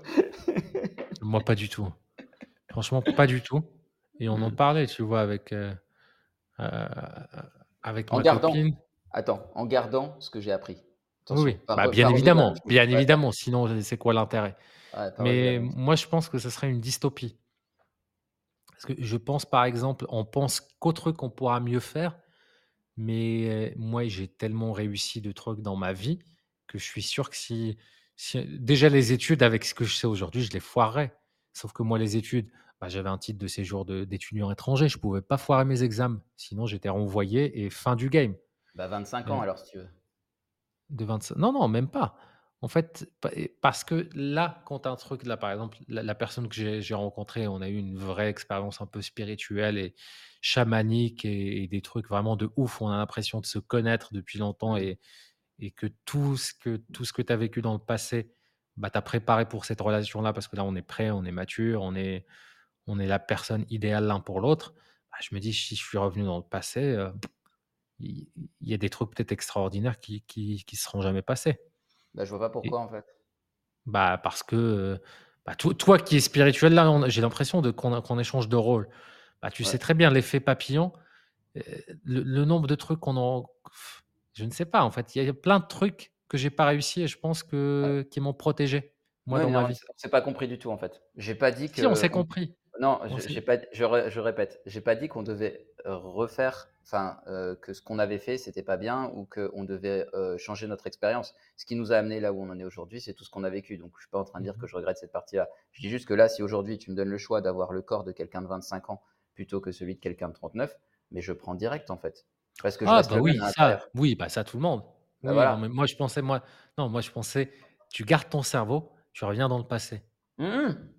Moi, pas du tout. Franchement, pas du tout et on en Mmh. parlait, tu vois, avec, heu heu, avec En ma gardant copine. attends, en gardant ce que j'ai appris. Oui, Attention, oui, pas bah, re bien pas revenir à la évidemment, chose. bien Ouais, évidemment, sinon, heu, c'est quoi l'intérêt? ouais, pas revenir à Mais la même chose. moi, je pense que ce serait une dystopie. Parce que je pense, par exemple, on pense qu'au truc qu'on pourra mieux faire, mais heu, moi, j'ai tellement réussi de trucs dans ma vie que je suis sûr que si si déjà les études avec ce que je sais aujourd'hui, je les foirerais. Sauf que moi, les études, bah, j'avais un titre de séjour de d'étudiant étranger, je pouvais pas foirer mes examens, sinon j'étais renvoyé et fin du game. Bah, vingt-cinq ans Heu, alors si tu veux. de vingt-cinq non, non, même pas. En fait, pa et parce que là, quand tu as un truc là, par exemple, la la personne que j'ai j'ai rencontrée, on a eu une vraie expérience un peu spirituelle et chamanique et et des trucs vraiment de ouf. On a l'impression de se connaître depuis longtemps Mmh. et et que tout ce que tout ce que tu as vécu dans le passé, bah, t'a préparé pour cette relation-là parce que là, on est prêt, on est mature, on est on est la personne idéale l'un pour l'autre. Bah, je me dis: «Si je suis revenu dans le passé, heu, il il y a des trucs peut-être extraordinaires qui qui qui seront jamais passés». Bah, je vois pas Et pourquoi en fait. bah, parce que, heu, bah, to toi qui es spirituel là, on j'ai l'impression de qu'on qu'on échange de rôle. Bah, tu sais Ouais. très bien l'effet papillon, heu, le le nombre de trucs qu'on en je ne sais pas en fait, il y a plein de trucs que j'ai pas réussi et je pense Ouais. que qui m'ont protégé, moi, Ouais, dans mais ma non, on vie. s'est on s'est pas compris du tout, en fait. J'ai pas dit Si, on s'est qu'on compris. non, On je s'est j'ai pas je ré je répète, j'ai pas dit qu'on devait refaire enfin, heu, que ce qu'on avait fait, c'était pas bien ou qu'on devait, heu, changer notre expérience. Ce qui nous a amenés là où on en est aujourd'hui, c'est tout ce qu'on a vécu, donc je suis pas en train de Mmh dire que mh. je regrette cette partie-là. Je dis juste que là, si aujourd'hui tu me donnes le choix d'avoir le corps de quelqu'un de vingt-cinq ans plutôt que celui de quelqu'un de trente-neuf, mais je prends direct, en fait, parce que je Ah reste bah le même oui, à l'intérieur. ça, oui, bah ça tout le monde. Bah, Oui, non, mais voilà. moi je pensais moi non, moi je pensais, tu gardes ton cerveau, tu reviens dans le passé. Mmh mh.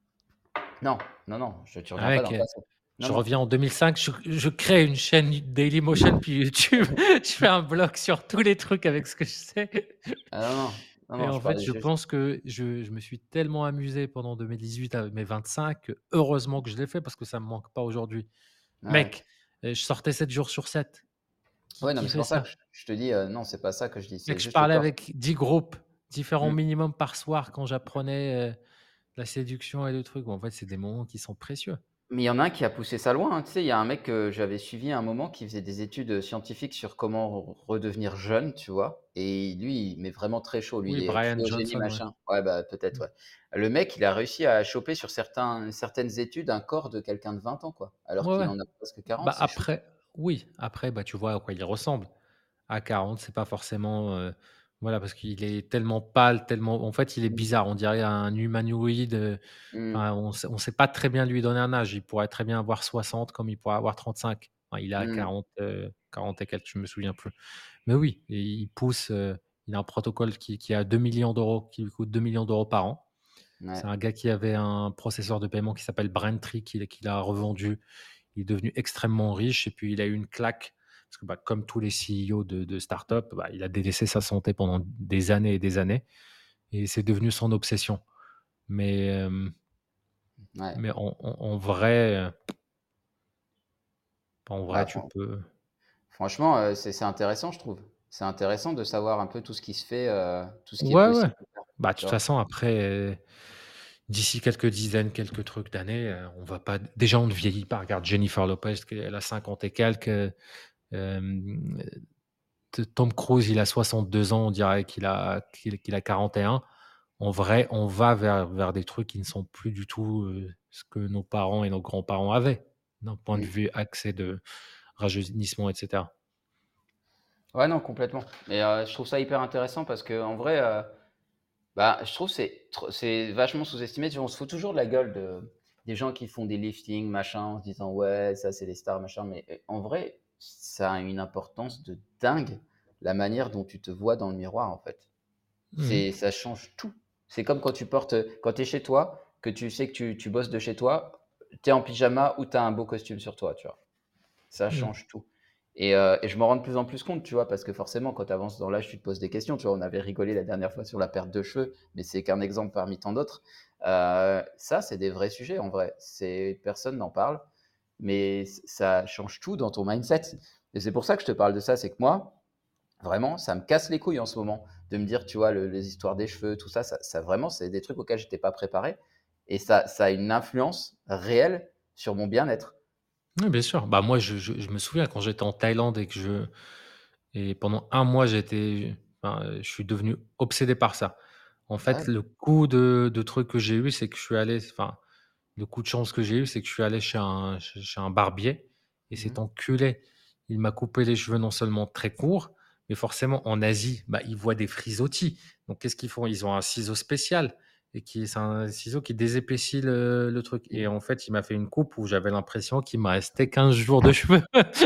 Non, non, non, je tu Ah reviens pas dans mec, le heu, passé. Non, je non. reviens en deux mille cinq, je je crée une chaîne Dailymotion puis YouTube, je fais un blog sur tous les trucs avec ce que je sais Ah non, non. Non, et non, en je fait, parlais je juste pense que je je me suis tellement amusé pendant deux mille dix-huit avec mes vingt-cinq que heureusement que je l'ai fait parce que ça me manque pas aujourd'hui. ouais. Mec, heu, je sortais sept jours sur sept. Qui Ouais, non, qui mais c'est fait pour ça que ça? je je te dis, heu, non, c'est pas ça que je dis, c'est Mec, je juste le parlais corps. avec dix groupes différents Mmh. minimum par soir quand j'apprenais, heu, la séduction et le truc. En fait, c'est des moments qui sont précieux. Mais il y en a un qui a poussé ça loin, hein. Tu sais, il y a un mec que j'avais suivi à un moment qui faisait des études, heu, scientifiques sur comment re redevenir jeune, tu vois? Et lui, mais vraiment très chaud, lui, Oui, il est Brian cryogénie, Johnson, ouais. machin. Ouais, bah, peut-être, Mmh. ouais. Le mec, il a réussi à choper sur certains certaines études un corps de quelqu'un de vingt ans, quoi, alors Ouais, qu'il ouais. en a presque quarante, Bah, c'est chaud. après oui, après, bah, tu vois à quoi il ressemble. À quarante, c'est pas forcément, heu, voilà, parce qu'il est tellement pâle, tellement en fait, il est Mmh. bizarre. On dirait un humanoïde, heu, Mmh. enfin, on sait on sait pas très bien lui donner un âge. Il pourrait très bien avoir soixante comme il pourrait avoir trente-cinq. Enfin, il a Mmh. quarante, heu, quarante et quelques, je me souviens plus. Mais oui, et il pousse, heu, il a un protocole qui qui a deux millions d'euros, qui lui coûte deux millions d'euros par an. C'est Ouais. un gars qui avait un processeur de paiement qui s'appelle Braintree qu'il qu'il a revendu. Il est devenu extrêmement riche et puis il a eu une claque parce que, bah, comme tous les C E O de de start-up, bah, il a délaissé sa santé pendant des années et des années et c'est devenu son obsession. Mais, hem, Ouais. mais en en en vrai, heu, en vrai, Bah, tu fran peux franchement, heu, c'est c'est intéressant, je trouve. C'est intéressant de savoir un peu tout ce qui se fait, heu, tout ce qui est ouais, ouais. possible de faire, Bah, de tu toute vois? façon après, heu, d'ici quelques dizaines, quelques trucs d'années, heu, on va pas déjà on ne vieillit pas. Regarde Jennifer Lopez, qui elle a cinquante et quelques, heu, hem, T Tom Cruise, il a soixante-deux ans, on dirait qu'il a qu'il qu'il a quarante et un. En vrai, on va vers vers des trucs qui ne sont plus du tout, heu, ce que nos parents et nos grands-parents avaient, d'un point de Mmh. vue accès de rajeunissement et cetera. Ouais, non, complètement. Et heu, je trouve ça hyper intéressant parce qu'en vrai, heu, bah, je trouve c'est tr c'est vachement sous-estimé. Tu vois, on se fout toujours de la gueule de des gens qui font des liftings, machin, en se disant: «Ouais, ça, c'est les stars, machin», mais, heu, en vrai, ça a une importance de dingue, la manière dont tu te vois dans le miroir, en fait. Mmh mh. C'est ça change tout. C'est comme quand tu portes, quand tu es chez toi, que tu sais que tu tu bosses de chez toi, tu es en pyjama ou tu as un beau costume sur toi, tu vois? Ça Mmh. change tout. Et heu et je m'en rends de plus en plus compte, tu vois? Parce que forcément, quand tu avances dans l'âge, tu te poses des questions, tu vois? On avait rigolé la dernière fois sur la perte de cheveux, mais c'est qu'un exemple parmi tant d'autres. Heu, ça, c'est des vrais sujets en vrai. C'est personne n'en parle, mais ç ça change tout dans ton mindset. Et c'est pour ça que je te parle de ça, c'est que moi, vraiment, ça me casse les couilles en ce moment de me dire, tu vois, le les histoires des cheveux, tout ça, ça ça vraiment, c'est des trucs auxquels j'étais pas préparé et ça ça a une influence réelle sur mon bien-être. Oui, bien sûr. Bah, moi, je je je me souviens quand j'étais en Thaïlande et que je et pendant un mois, j'étais enfin, heu, je suis devenu obsédé par ça. En Bah fait, ouais. le coup de de truc que j'ai eu, c'est que je suis allé enfin, le coup de chance que j'ai eu, c'est que je suis allé chez un chez chez un barbier et Mmh cet mh. enculé, il m'a coupé les cheveux non seulement très courts, mais forcément en Asie, bah, ils voient des frisottis. Donc qu'est-ce qu'ils font? Ils ont un ciseau spécial et qui c'est un ciseau qui désépaissit le le truc et en fait, il m'a fait une coupe où j'avais l'impression qu'il me restait quinze jours de cheveux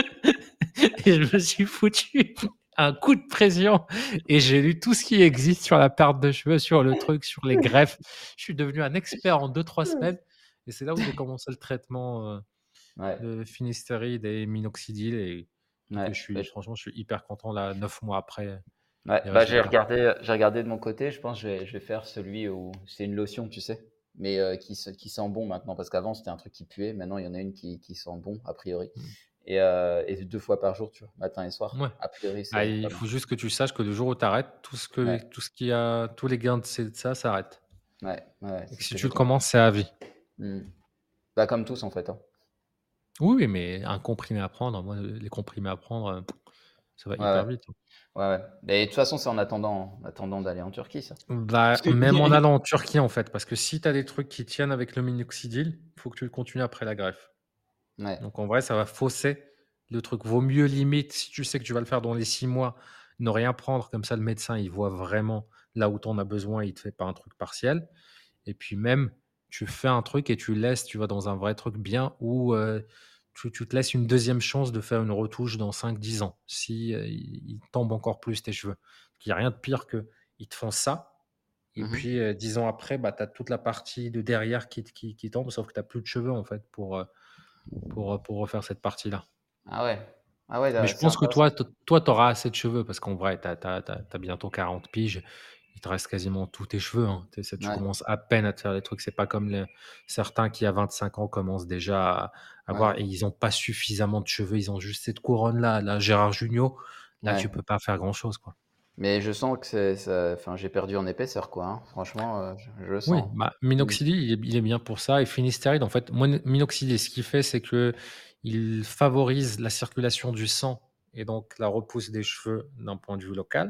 et je me suis foutu un coup de pression et j'ai lu tout ce qui existe sur la perte de cheveux, sur le truc, sur les greffes. Je suis devenu un expert en deux trois semaines et c'est là où j'ai commencé le traitement, heu, Ouais, de finasteride et minoxidil et et que ouais. je Bah, suis je franchement, je suis hyper content là, neuf mois après, ouais, les bah, j'ai résultats. regardé, j'ai regardé de mon côté, je pense que je vais je vais faire celui où c'est une lotion, tu sais? Mais, heu, qui se qui sent bon maintenant parce qu'avant c'était un truc qui puait, maintenant il y en a une qui qui sent bon a priori Mmh. et heu et deux fois par jour, tu vois? Matin et soir. Ouais. A priori, Ah, c'est pas il mal. faut juste que tu saches que le jour où tu arrêtes, tout ce que Ouais, tout ce qui a tous les gains de ces de ça s'arrête ouais, ouais, ouais, et c'est que ce si que tu j'ai le compris. commences, c'est à vie. Mmh. Bah, comme tous en fait, hein. Oui, oui, mais un comprimé à prendre, moi, les comprimés à prendre, heu, ça va Ouais, ouais. hyper vite, hein. Ouais, ouais. Mais de toute façon, c'est en attendant en attendant d'aller en Turquie, ça. Bah, même en allant en Turquie, en fait, parce que si tu as des trucs qui tiennent avec le minoxidil, il faut que tu le continues après la greffe. Ouais. Donc en vrai, ça va fausser le truc. Vaut mieux limite, si tu sais que tu vas le faire dans les six mois, ne rien prendre, comme ça le médecin, il voit vraiment là où tu en as besoin, il te fait pas un truc partiel. Et puis même, tu fais un truc et tu laisses, tu vas dans un vrai truc bien où, heu, tu tu te laisses une deuxième chance de faire une retouche dans cinq dix ans, si, heu, ils ils tombent encore plus tes cheveux. Il y a rien de pire qu'ils te font ça et Mmh mh. puis, heu, dix ans après, bah, tu as toute la partie de derrière qui t qui qui tombe, sauf que tu as plus de cheveux en fait pour, heu, pour, heu, pour refaire cette partie-là. Ah ouais. Ah ouais, Mais là, je c'est pense que intéressant. toi, t toi, tu auras assez de cheveux parce qu'en vrai, tu as tu as tu as tu as bientôt quarante piges. Il te reste quasiment tous tes cheveux, hein. Tu sais, tu Ouais, commences à peine à te faire des trucs. C'est pas comme le certains qui, à vingt-cinq ans, commencent déjà à ouais, avoir et ils ont pas suffisamment de cheveux. Ils ont juste cette couronne-là. Là, Gérard Jugnot, là, tu ouais. peux pas faire grand-chose, quoi. Mais je sens que c'est ça enfin, j'ai perdu en épaisseur, quoi, hein. Franchement, heu, je je le Oui, sens. bah, Mmh. minoxidil, il est il est bien pour ça et finasteride, en fait, moi, minoxidil, ce qu'il fait, c'est que il favorise la circulation du sang et donc la repousse des cheveux d'un point de vue local.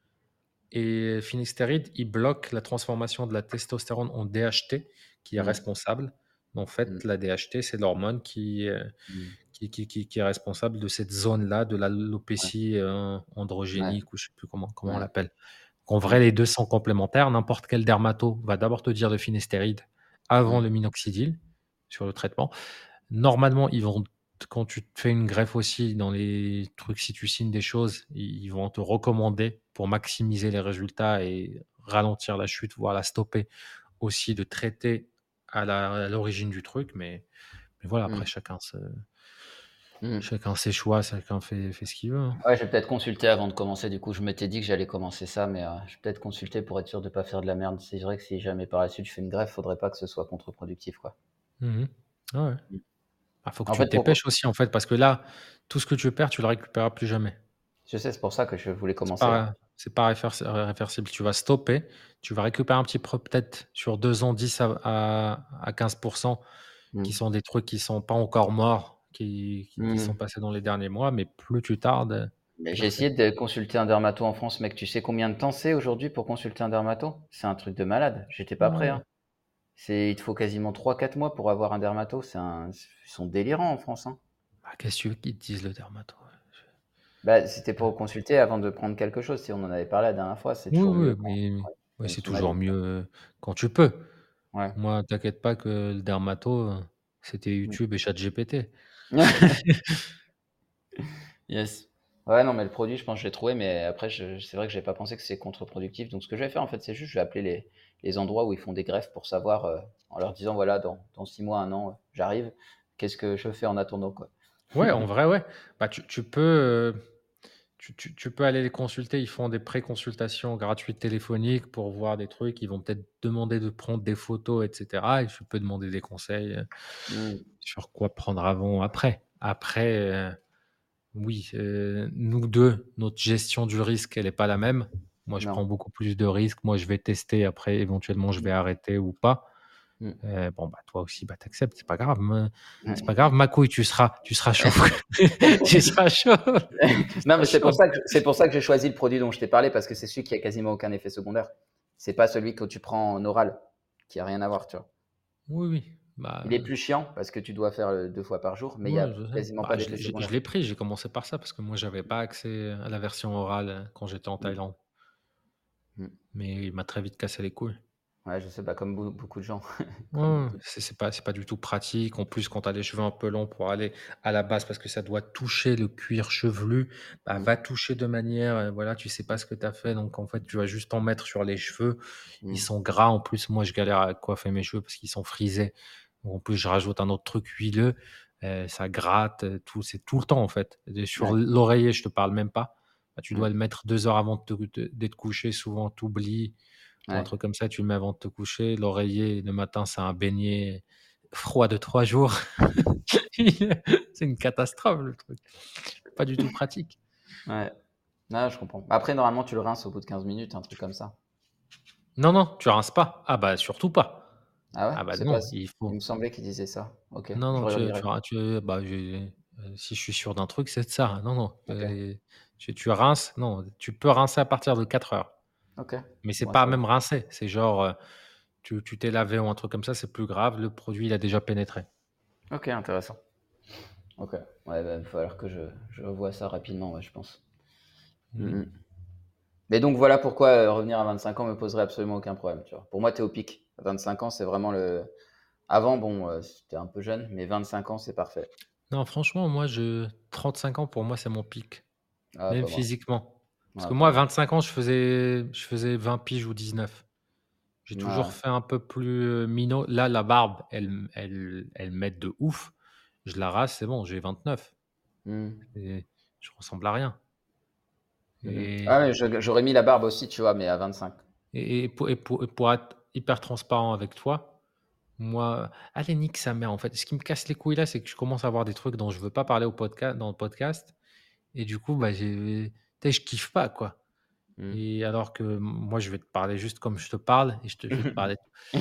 Et Finistéride, il bloque la transformation de la testostérone en D H T, qui est Mmh. responsable. En Mmh. fait, la D H T, c'est l'hormone qui, heu, Mmh. qui qui qui qui est responsable de cette zone-là, de Ouais, l'alopécie, heu, ouais, androgénique ou je sais plus comment comment on ouais. l'appelle. En Mmh. vrai, les deux sont complémentaires. N'importe quel dermato va d'abord te dire de Finistéride avant Mmh. le minoxidil sur le traitement. Normalement, ils vont t quand tu te fais une greffe aussi, dans les trucs, si tu signes des choses, ils ils vont te recommander pour maximiser les résultats et ralentir la chute, voire la stopper, aussi de traiter à la à l'origine du truc. Mais mais voilà, après Mmh. chacun se Mmh. chacun ses choix, chacun fait fait ce qu'il veut, hein. Ouais, je vais peut-être consulter avant de commencer, du coup. Je m'étais dit que j'allais commencer ça, mais, heu, je vais peut-être consulter pour être sûr de pas faire de la merde. C'est vrai que si jamais par la suite je fais une greffe, faudrait pas que ce soit contre-productif, quoi. Mmh mh. Ouais, ouais. Mmh. Ah, faut que En tu fait, te pour dépêches aussi, en fait, parce que là, tout ce que tu perds, tu le récupéreras plus jamais. je sais, c'est pour ça que je voulais C'est commencer là. pas c'est pas réferci réversible. Tu vas stopper, tu vas récupérer un petit peu peut-être sur deux ans dix à à à quinze qui Mmh. sont des trucs qui sont pas encore morts, qui qui qui Mmh sont mh. passés dans les derniers mois, mais plus tu tardes, Mais plus j'ai c'est. essayé de consulter un dermato en France, mec. Tu sais combien de temps c'est aujourd'hui pour consulter un dermato? C'est un truc de malade. J'étais pas Ah prêt, ouais. hein. C'est il te faut quasiment trois quatre mois pour avoir un dermato. C'est un ils sont délirants en France, hein. Bah, qu'est-ce que tu veux qu'ils te disent le dermato? Bah, c'était Ouais. pour consulter avant de prendre quelque chose. Si on en avait parlé la dernière fois, c'est Oui, toujours mieux oui, quand mais ouais, ouais, comme c'est tu m'as dit. toujours mieux, heu, quand tu peux. Ouais. Moi, t'inquiète pas que le dermato, heu, c'était Mmh. YouTube et ChatGPT. Yes. Ouais, non, mais le produit, je pense que je l'ai trouvé, mais après, je c'est vrai que j'avais pas pensé que c'est contre-productif. Donc ce que je vais faire, en fait, c'est juste, je vais appeler les les endroits où ils font des greffes pour savoir, heu, en leur disant: «Voilà, dans dans six mois, un an, heu, j'arrive. Qu'est-ce que je fais en attendant, quoi?» Ouais, en vrai, ouais. Bah, tu tu peux, heu, tu tu tu peux aller les consulter. Ils font des pré-consultations gratuites téléphoniques pour voir des trucs. Ils vont peut-être demander de prendre des photos et cetera et tu peux demander des conseils, heu, Mmh. sur quoi prendre avant, après. Après, heu, oui, heu, nous deux, notre gestion du risque, elle est pas la même. Moi, je Non. prends beaucoup plus de risques. Moi, je vais tester, après éventuellement, je Mmh. vais arrêter ou pas. Mmh. Heu, bon, bah, toi aussi, bah, tu acceptes, c'est pas grave, me c'est pas Ouais. grave ma couille, tu seras tu seras chaud. Tu seras chaud, tu Non, seras mais c'est chaud. pour ça que c'est pour ça que j'ai choisi le produit dont je t'ai parlé parce que c'est celui qui a quasiment aucun effet secondaire. C'est pas celui que tu prends en oral, qui a rien à voir, tu vois? Oui, oui, Il est bah, plus chiant parce que tu dois faire, heu, deux fois par jour, mais il y ouais, a je sais. quasiment pas Bah, je d'effet l'ai je je secondaire. l'ai pris, j'ai commencé par ça parce que moi, j'avais pas accès à la version orale, heu, quand j'étais en Mmh. Thaïlande, Mmh. mais il m'a très vite cassé les couilles. Ouais, je sais, bah, comme beau beaucoup de gens, comme Ouais, beaucoup de c'est c'est pas c'est pas du tout pratique. En plus, quand tu as les cheveux un peu longs pour aller à la base parce que ça doit toucher le cuir chevelu, bah, mmh, va toucher de manière, heu, voilà, tu sais pas ce que tu as fait donc en fait, tu vas juste en mettre sur les cheveux. Ils mmh, sont gras en plus, moi je galère à coiffer mes cheveux parce qu'ils sont frisés. Donc en plus, je rajoute un autre truc huileux, heu, ça gratte, heu, tout c'est tout le temps en fait. Et sur ouais, l'oreiller, je te parle même pas. Bah, tu mmh, dois le mettre deux heures avant de te de d'être couché, souvent tu oublies. Ou un ouais, truc comme ça, tu le mets avant de te coucher. L'oreiller, le matin, c'est un beignet froid de trois jours. C'est une catastrophe le truc. Pas du tout pratique. ouais. Ouais, je comprends. Après, normalement, tu le rinces au bout de quinze minutes, un truc comme ça. Non, non, tu rinces pas. Ah bah, surtout pas. Ah ouais? Ah bah C'est pas non, ç il il faut me semblait qu'il disait ça. OK, non, je non, tu relirai. tu rin tu bah, j'ai heu, si je suis sûr d'un truc, c'est de ça. Non, non, OK, heu, tu tu rinces non, tu peux rincer à partir de quatre heures. OK. Mais c'est Bon à pas savoir. même rincer, c'est genre, heu, tu tu t'es lavé ou un truc comme ça, c'est plus grave, le produit, il a déjà pénétré. OK, intéressant. OK. Ouais, bah, il va falloir que je je revoie ça rapidement, ouais, je pense. Mmh. Mmh mh. Mais donc voilà pourquoi, heu, revenir à vingt-cinq ans me poserait absolument aucun problème, tu vois? Pour moi, tu es au pic. vingt-cinq ans, c'est vraiment le avant, bon, heu, c'était un peu jeune, mais vingt-cinq ans, c'est parfait. Non, franchement, moi, je trente-cinq ans, pour moi, c'est mon pic. Ah, Même pas moi. physiquement. Parce Ah, que pas moi, moi. vingt-cinq ans, je faisais je faisais vingt piges ou dix-neuf. J'ai toujours Ouais. fait un peu plus, heu, minot. Là, la barbe, elle m elle elle m'aide de ouf. Je la rase, c'est bon, j'ai vingt-neuf Mmh. et je ressemble à rien Mmh mh. Ah et ouais, je j'aurais mis la barbe aussi, tu vois? Mais à vingt-cinq. et et pour et pour et pour être hyper transparent avec toi, moi allez, nique sa mère, en fait. Ce qui me casse les couilles, là, c'est que je commence à avoir des trucs dont je veux pas parler au podca dans le podcast et du coup, bah, j'ai tu sais, je kiffe pas, quoi. Mmh. Et alors que m moi, je vais te parler juste comme je te parle et je te je vais te parler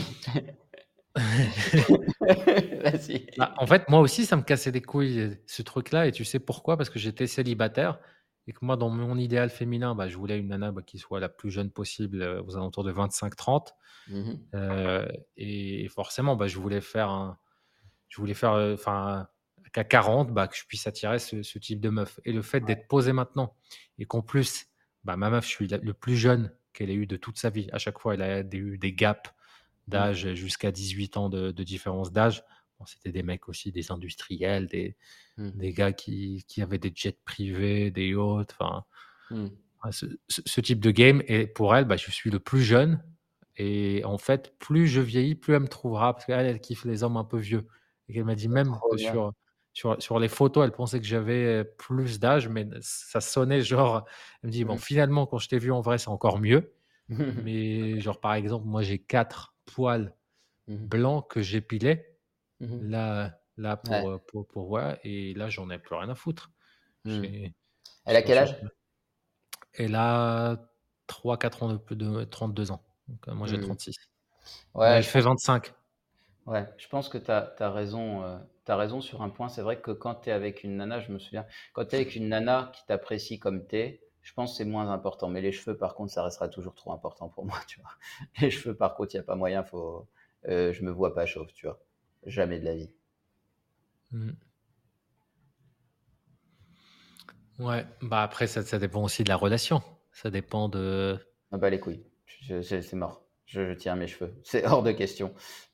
bah, Vas-y. en fait, moi aussi, ça me cassait les couilles, heu, ce truc-là et tu sais pourquoi? Parce que j'étais célibataire et que moi, dans mon idéal féminin, bah, je voulais une nana, bah, qui soit la plus jeune possible, heu, aux alentours de vingt-cinq trente, Mmh mh. heu et forcément, bah, je voulais faire un je voulais faire, heu, enfin, qu'à quarante, bah, que je puisse attirer ce ce type de meuf et le fait Ouais. d'être posé maintenant et qu'en plus, bah, ma meuf, je suis la le plus jeune qu'elle ait eu de toute sa vie. À chaque fois, elle a des eu des gaps Mmh. d'âge jusqu'à dix-huit ans de de différence d'âge. Bon, c'était des mecs aussi, des industriels, des Mmh. des gars qui qui avaient des jets privés, des yachts, enfin, Mmh. ah, ce ce ce type de game et pour elle, bah, je suis le plus jeune et en fait, plus je vieillis, plus elle me trouvera parce qu'elle, elle kiffe les hommes un peu vieux et qu'elle m'a dit C'est même trop que bien. sur sur sur les photos, elle pensait que j'avais, heu, plus d'âge, mais ça sonnait genre elle me dit: «Bon, Mmh. finalement, quand je t'ai vu en vrai, c'est encore mieux». Mais genre, par exemple, moi, j'ai quatre poils Mmh mh. blancs que j'épilais Mmh mh. là là Ouais. pour, heu, pour pour ouais et là, j'en ai plus rien à foutre. Mmh. J'ai Elle a sur quel sur âge? elle a trois quatre ans de plus de trente-deux ans. Donc, heu, moi j'ai Mmh. trente-six. Mais Ouais, elle je fait pense que vingt-cinq. ouais, je pense que tu as tu as raison, heu, tu as raison sur un point. C'est vrai que quand tu es avec une nana, je me souviens, quand tu es avec une nana qui t'apprécie comme tu es, je pense que c'est moins important. Mais les cheveux, par contre, ça restera toujours trop important pour moi, tu vois? Les cheveux, par contre, il y a pas moyen, faut heu, je me vois pas chauve, tu vois? Jamais de la vie. Mmh. Ouais, bah, après ça ça dépend aussi de la relation. Ça dépend de Ah bah, les couilles. Je je c'est mort. Je je tiens à mes cheveux. C'est hors de question.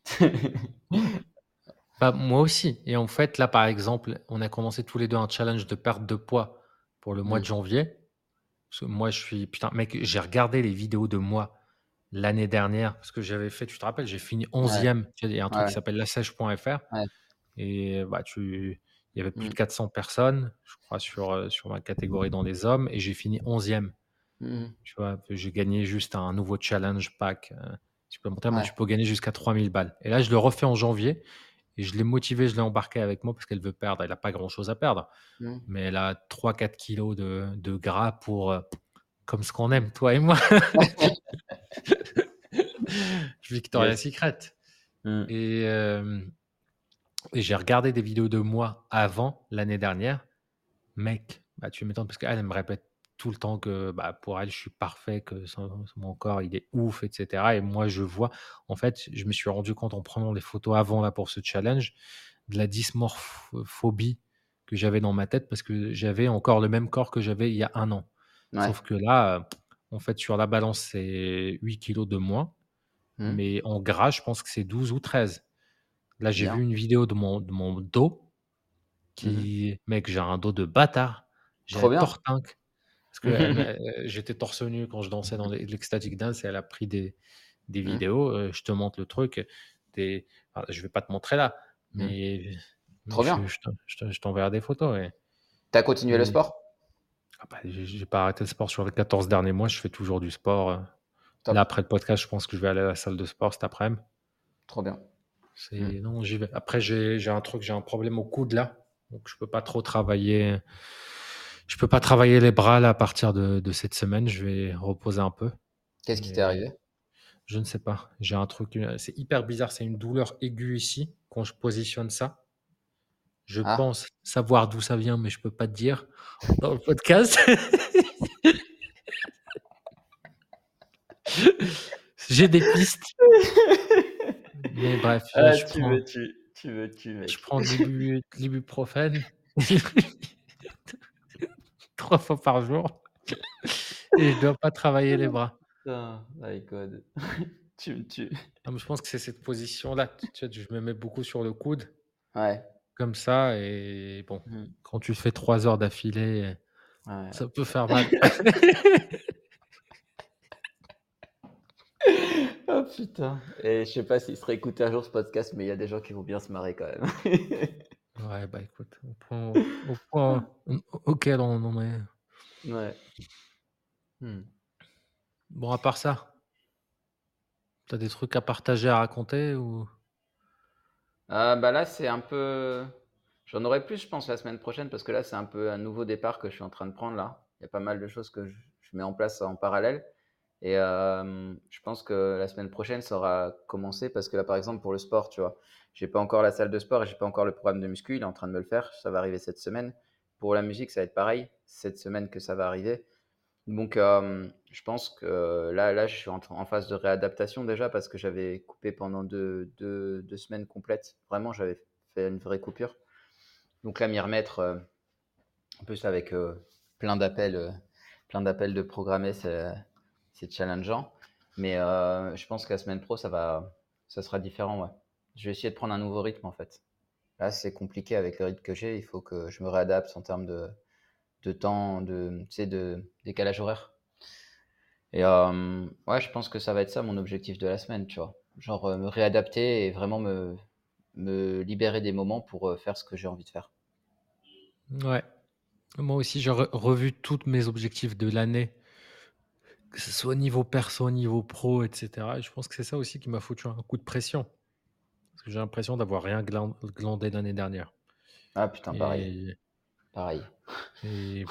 bah, moi aussi et en fait, là, par exemple, on a commencé tous les deux un challenge de perte de poids pour le mois de Mmh. janvier. Parce que moi, je suis putain, mec, j'ai regardé les vidéos de moi l'année dernière parce que j'avais fait tu te rappelles, j'ai fini Ouais, onzième. Tu sais, il y a un truc ouais, qui s'appelle l'assèche point f r ouais. et bah, tu il y avait plus Mmh. de quatre cents personnes, je crois, sur, heu, sur ma catégorie dans les hommes et j'ai fini onzième. Mmh mh. Tu vois? J'ai gagné juste un nouveau challenge pack, heu, supplémentaire, mais Ouais. tu peux gagner jusqu'à trois mille balles et là, je le refais en janvier et je l'ai motivée, je l'ai embarquée avec moi parce qu'elle veut perdre. Elle a pas grand chose à perdre, Mmh. mais elle a trois quatre kilos de de gras pour, heu, comme ce qu'on aime, toi et moi. Victoria's Yes. Secret Mmh. et hem et j'ai regardé des vidéos de moi avant, l'année dernière. Mec, bah, tu m'étonnes parce qu'elle, elle me répète tout le temps que, bah, pour elle, je suis parfait, que son mon corps, il est ouf et cetera et moi, je vois en fait, je me suis rendu compte en prenant les photos avant, là, pour ce challenge, de la dysmorphophobie que j'avais dans ma tête parce que j'avais encore le même corps que j'avais il y a un an. Ouais. Sauf que là, heu, en fait, sur la balance, c'est huit kilos de moins Mmh. mais en gras, je pense que c'est douze ou treize. Là, j'ai vu Bien. une vidéo de mon de mon dos Mmh. qui mec, j'ai un dos de bâtard. J'ai la Trop bien. tortinque parce qu'elle m'a heu, j'étais torse nu quand je dansais dans l'e l'ecstatic dance et elle a pris des des Mmh. vidéos, heu, je te montre le truc, tu enfin, je vais pas te montrer là, Mmh. mais mais Trop je bien. je te je te je t'enverrai des photos, ouais Tu continué le et sport? ah bah, j'ai j'ai pas arrêté le sport sur les quatorze derniers mois, je fais toujours du sport, heu. Là, Top. après le podcast, je pense que je vais aller à la salle de sport cet après-midi. Trop bien. Mmh. C'est non, j'y vais. Après, j'ai j'ai un truc, j'ai un problème au coude là, donc je peux pas trop travailler. Je peux pas travailler les bras là à partir de de cette semaine. Je vais reposer un peu, Qu'est-ce qui t'est mais arrivé? je ne sais pas. J'ai un truc, heu, c'est hyper bizarre, c'est une douleur aiguë ici quand je positionne ça. Je Ah. pense savoir d'où ça vient, mais je peux pas te dire dans le podcast. J'ai des pistes, mais bref, là, Ah, je tu prends me tues, tu me tues, je mec. prends de l'ibu de l'ibuprofène trois fois par jour et je dois pas travailler les bras. Putain, my God. Tu me tues. Ah mais je pense que c'est cette position-là, tu vois? Je me mets beaucoup sur le coude, Ouais. comme ça et bon, Mmh. quand tu le fais trois heures d'affilée, Ouais. ça peut faire mal. Oh putain et je sais pas s'il sera écouté un jour ce podcast, mais il y a des gens qui vont bien se marrer quand même. Ouais, bah, écoute, au point au point au auquel on en est. Ouais. Mmh. Bon, à part ça, tu as des trucs à partager, à raconter ou? Ah bah, là, c'est un peu j'en aurai plus, je pense, la semaine prochaine parce que là, c'est un peu un nouveau départ que je suis en train de prendre là. Il y a pas mal de choses que je je mets en place en parallèle et hem, je pense que la semaine prochaine, ça aura commencé parce que là, par exemple, pour le sport, tu vois? J'ai pas encore la salle de sport et j'ai pas encore le programme de muscu, il est en train de me le faire, ça va arriver cette semaine. Pour la musique, ça va être pareil, cette semaine que ça va arriver. Donc hem, je pense que là là, je suis en train en phase de réadaptation déjà parce que j'avais coupé pendant deux deux deux semaines complètes. Vraiment, j'avais fait une vraie coupure. Donc là, m'y remettre, heu, en plus avec, heu, plein d'appels, heu, plein d'appels de programmés, c'est c'est challengeant. Mais heu, je pense que la semaine pro, ça va ça sera différent, ouais. Je vais essayer de prendre un nouveau rythme, en fait. Là, c'est compliqué avec le rythme que j'ai, il faut que je me réadapte en termes de de temps, de tu sais, de décalage horaire. Et hem, ouais, je pense que ça va être ça mon objectif de la semaine, tu vois? Genre, heu, me réadapter et vraiment me me libérer des moments pour, heu, faire ce que j'ai envie de faire. Ouais, moi aussi, j'ai re revu toutes mes objectifs de l'année, que ce soit niveau perso, niveau pro et cetera et je pense que c'est ça aussi qui m'a foutu un coup de pression. Parce que j'ai l'impression d'avoir rien glan glandé l'année dernière Ah putain, pareil, et pareil. et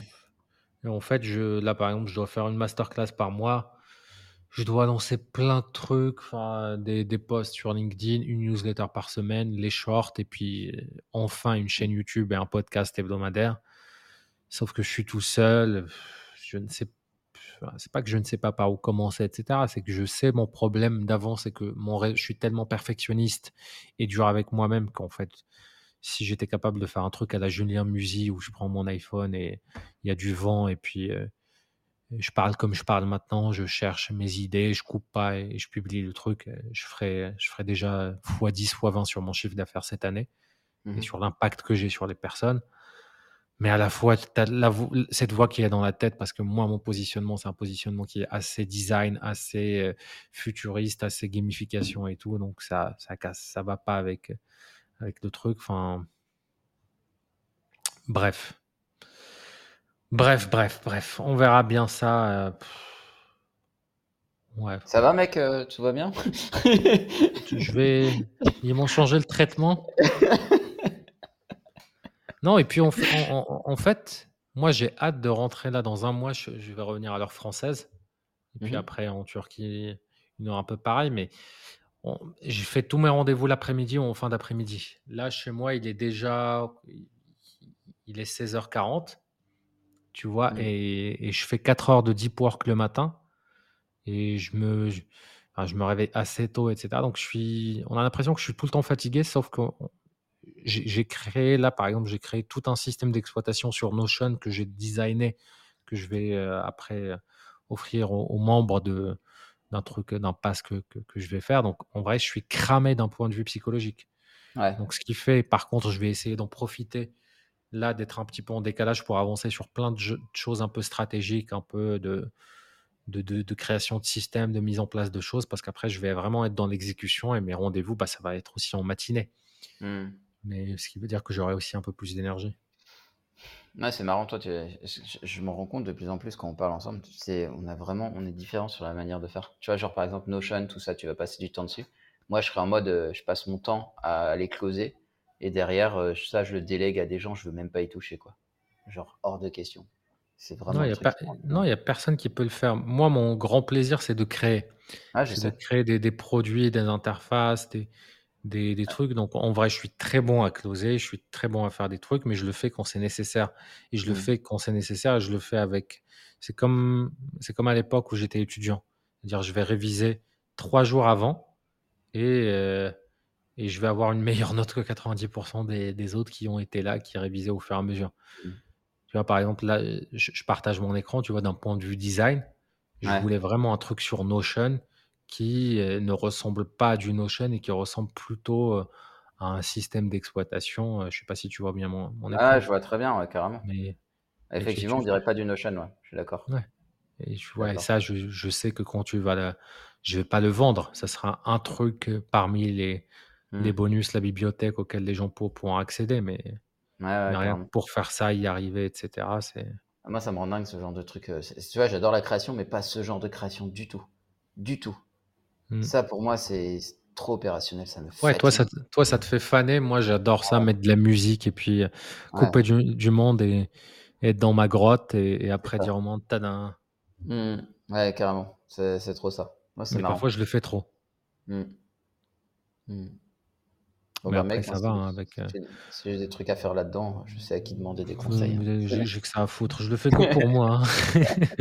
et en fait, je là, par exemple, je dois faire une masterclass par mois. Je dois lancer plein de trucs, enfin, des des posts sur LinkedIn, une newsletter par semaine, les shorts et puis, heu, enfin une chaîne YouTube et un podcast hebdomadaire. Sauf que je suis tout seul, je ne sais enfin, c'est pas que je ne sais pas par où commencer et cetera, c'est que je sais mon problème d'avant, c'est que mon ré je suis tellement perfectionniste et dur avec moi-même qu'en fait, si j'étais capable de faire un truc à la Julien Musi où je prends mon iPhone et il y a du vent et puis, heu, je parle comme je parle maintenant, je cherche mes idées, je coupe pas et je publie le truc, heu, je ferais je ferais déjà fois dix, fois vingt sur mon chiffre d'affaires cette année Mmh et mh. sur l'impact que j'ai sur les personnes. Mais à la fois, tu as la vo cette voix qui est dans la tête parce que moi, mon positionnement, c'est un positionnement qui est assez design, assez, heu, futuriste, assez gamification et tout, donc ça ça casse, ça va pas avec, avec le truc, enfin bref. Bref, bref, bref, on verra bien ça, heu, ouais, Ça va mec, heu, tout va bien? écoute, je vais ils m'ont changé le traitement. Non et puis en f en en en fait, moi, j'ai hâte de rentrer là dans un mois, je je vais revenir à l'heure française et Mmh puis mh. après en Turquie, une heure un peu pareil, mais on j'ai fait tous mes rendez-vous l'après-midi ou en fin d'après-midi. Là, chez moi, il est déjà i il est seize heures quarante, tu vois? Mmh. Et et je fais quatre heures de deep work le matin et je me je enfin, je me réveille assez tôt et cetera, donc je suis on a l'impression que je suis tout le temps fatigué, sauf que j'ai j'ai créé là, par exemple, j'ai créé tout un système d'exploitation sur Notion que j'ai designé, que je vais, heu, après, heu, offrir aux aux membres de d'un truc, d'un pass que, que, que je vais faire. Donc, en vrai, je suis cramé d'un point de vue psychologique. Ouais. Donc, ce qui fait, par contre, je vais essayer d'en profiter là, d'être un petit peu en décalage pour avancer sur plein de, jeux- de choses un peu stratégiques, un peu de, de, de, de création de systèmes, de mise en place de choses, parce qu'après, je vais vraiment être dans l'exécution et mes rendez-vous, bah, ça va être aussi en matinée. Hmm. Mais ce qui veut dire que j'aurai aussi un peu plus d'énergie. Ouais, c'est marrant, toi, tu, je, je- je me rends compte de plus en plus quand on parle ensemble, c'est, on a vraiment, on est différents sur la manière de faire. Tu vois, genre par exemple Notion, tout ça, tu vas passer du temps dessus. Moi, je serais en mode, euh, je passe mon temps à les closer et derrière, euh, ça, je le délègue à des gens, je veux même pas y toucher, quoi. Genre hors de question. C'est Non, vraiment il le n'y a, truc per- qui me rend non, dingue. il y a personne qui peut le faire. Moi, mon grand plaisir, c'est de créer. Ah, je C'est de sais. créer des, des produits, des interfaces, des, des, des trucs. Donc, en vrai, je suis très bon à closer, je suis très bon à faire des trucs, mais je le fais quand c'est nécessaire. Et je le Hmm. fais quand c'est nécessaire et je le fais avec. C'est comme, c'est comme à l'époque où j'étais étudiant. C'est-à-dire, je vais réviser trois jours avant et, euh, et je vais avoir une meilleure note que quatre-vingt-dix pour cent des, des autres qui ont été là, qui révisaient au fur et à mesure. Hmm. Tu vois, par exemple, là, je, je partage mon écran, tu vois, d'un point de vue design. Je Ouais. voulais vraiment un truc sur Notion qui euh, ne ressemble pas à du Notion et qui ressemble plutôt euh, à un système d'exploitation. Euh, je sais pas si tu vois bien mon, mon Ah, écran, je vois très bien, ouais, carrément. mais et tu, Effectivement, tu on dirait pas du Notion, ouais. Je suis d'accord. ouais. Et Je je, suis ouais, d'accord. ça, je, je sais que quand tu vas le, je vais pas le vendre. Ça sera un truc euh, parmi les, les Hmm. bonus, la bibliothèque auxquels les gens pour- pourront accéder, mais, Ouais, mais ouais, rien que carrément. pour faire ça, y arriver, et cetera. C'est Ah, moi, ça me rend dingue ce genre de truc. euh, c'est- Tu vois, j'adore la création, mais pas ce genre de création du tout. Du tout. Hmm. Ça, pour moi, c'est c'est trop opérationnel, ça me Ouais, toi ça, fatigue. te- toi, ça te fait faner. Moi, j'adore ça, mettre de la musique et puis euh, Ouais, couper du, du monde et, et être dans ma grotte et, et c'est après ça. dire au monde, tadam. Hmm. Ouais, carrément. C'est c'est trop ça. Moi, c'est Mais parfois, marrant. je le fais trop. Hmm. Hmm. Oh Mais bah après, mec, moi, ça va, si, hein, avec. euh, si- si j'ai des trucs à faire là-dedans, je sais à qui demander des conseils, hein. euh, j'ai j'ai que ça à foutre. Je le fais que pour moi, hein.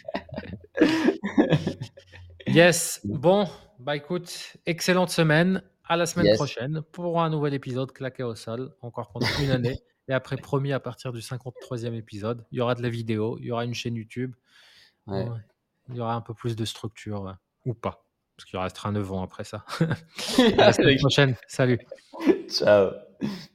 Yes. Bon, bah écoute, excellente semaine. À la semaine Yes. prochaine pour un nouvel épisode claqué au sol, encore pendant une année. Et après, promis, à partir du cinquante-troisième épisode, il y aura de la vidéo, il y aura une chaîne YouTube. Ouais. Ouais, il y aura un peu plus de structure, ouais. Ou pas, parce qu'il restera neuf ans après ça. À la semaine prochaine. Salut. Ciao.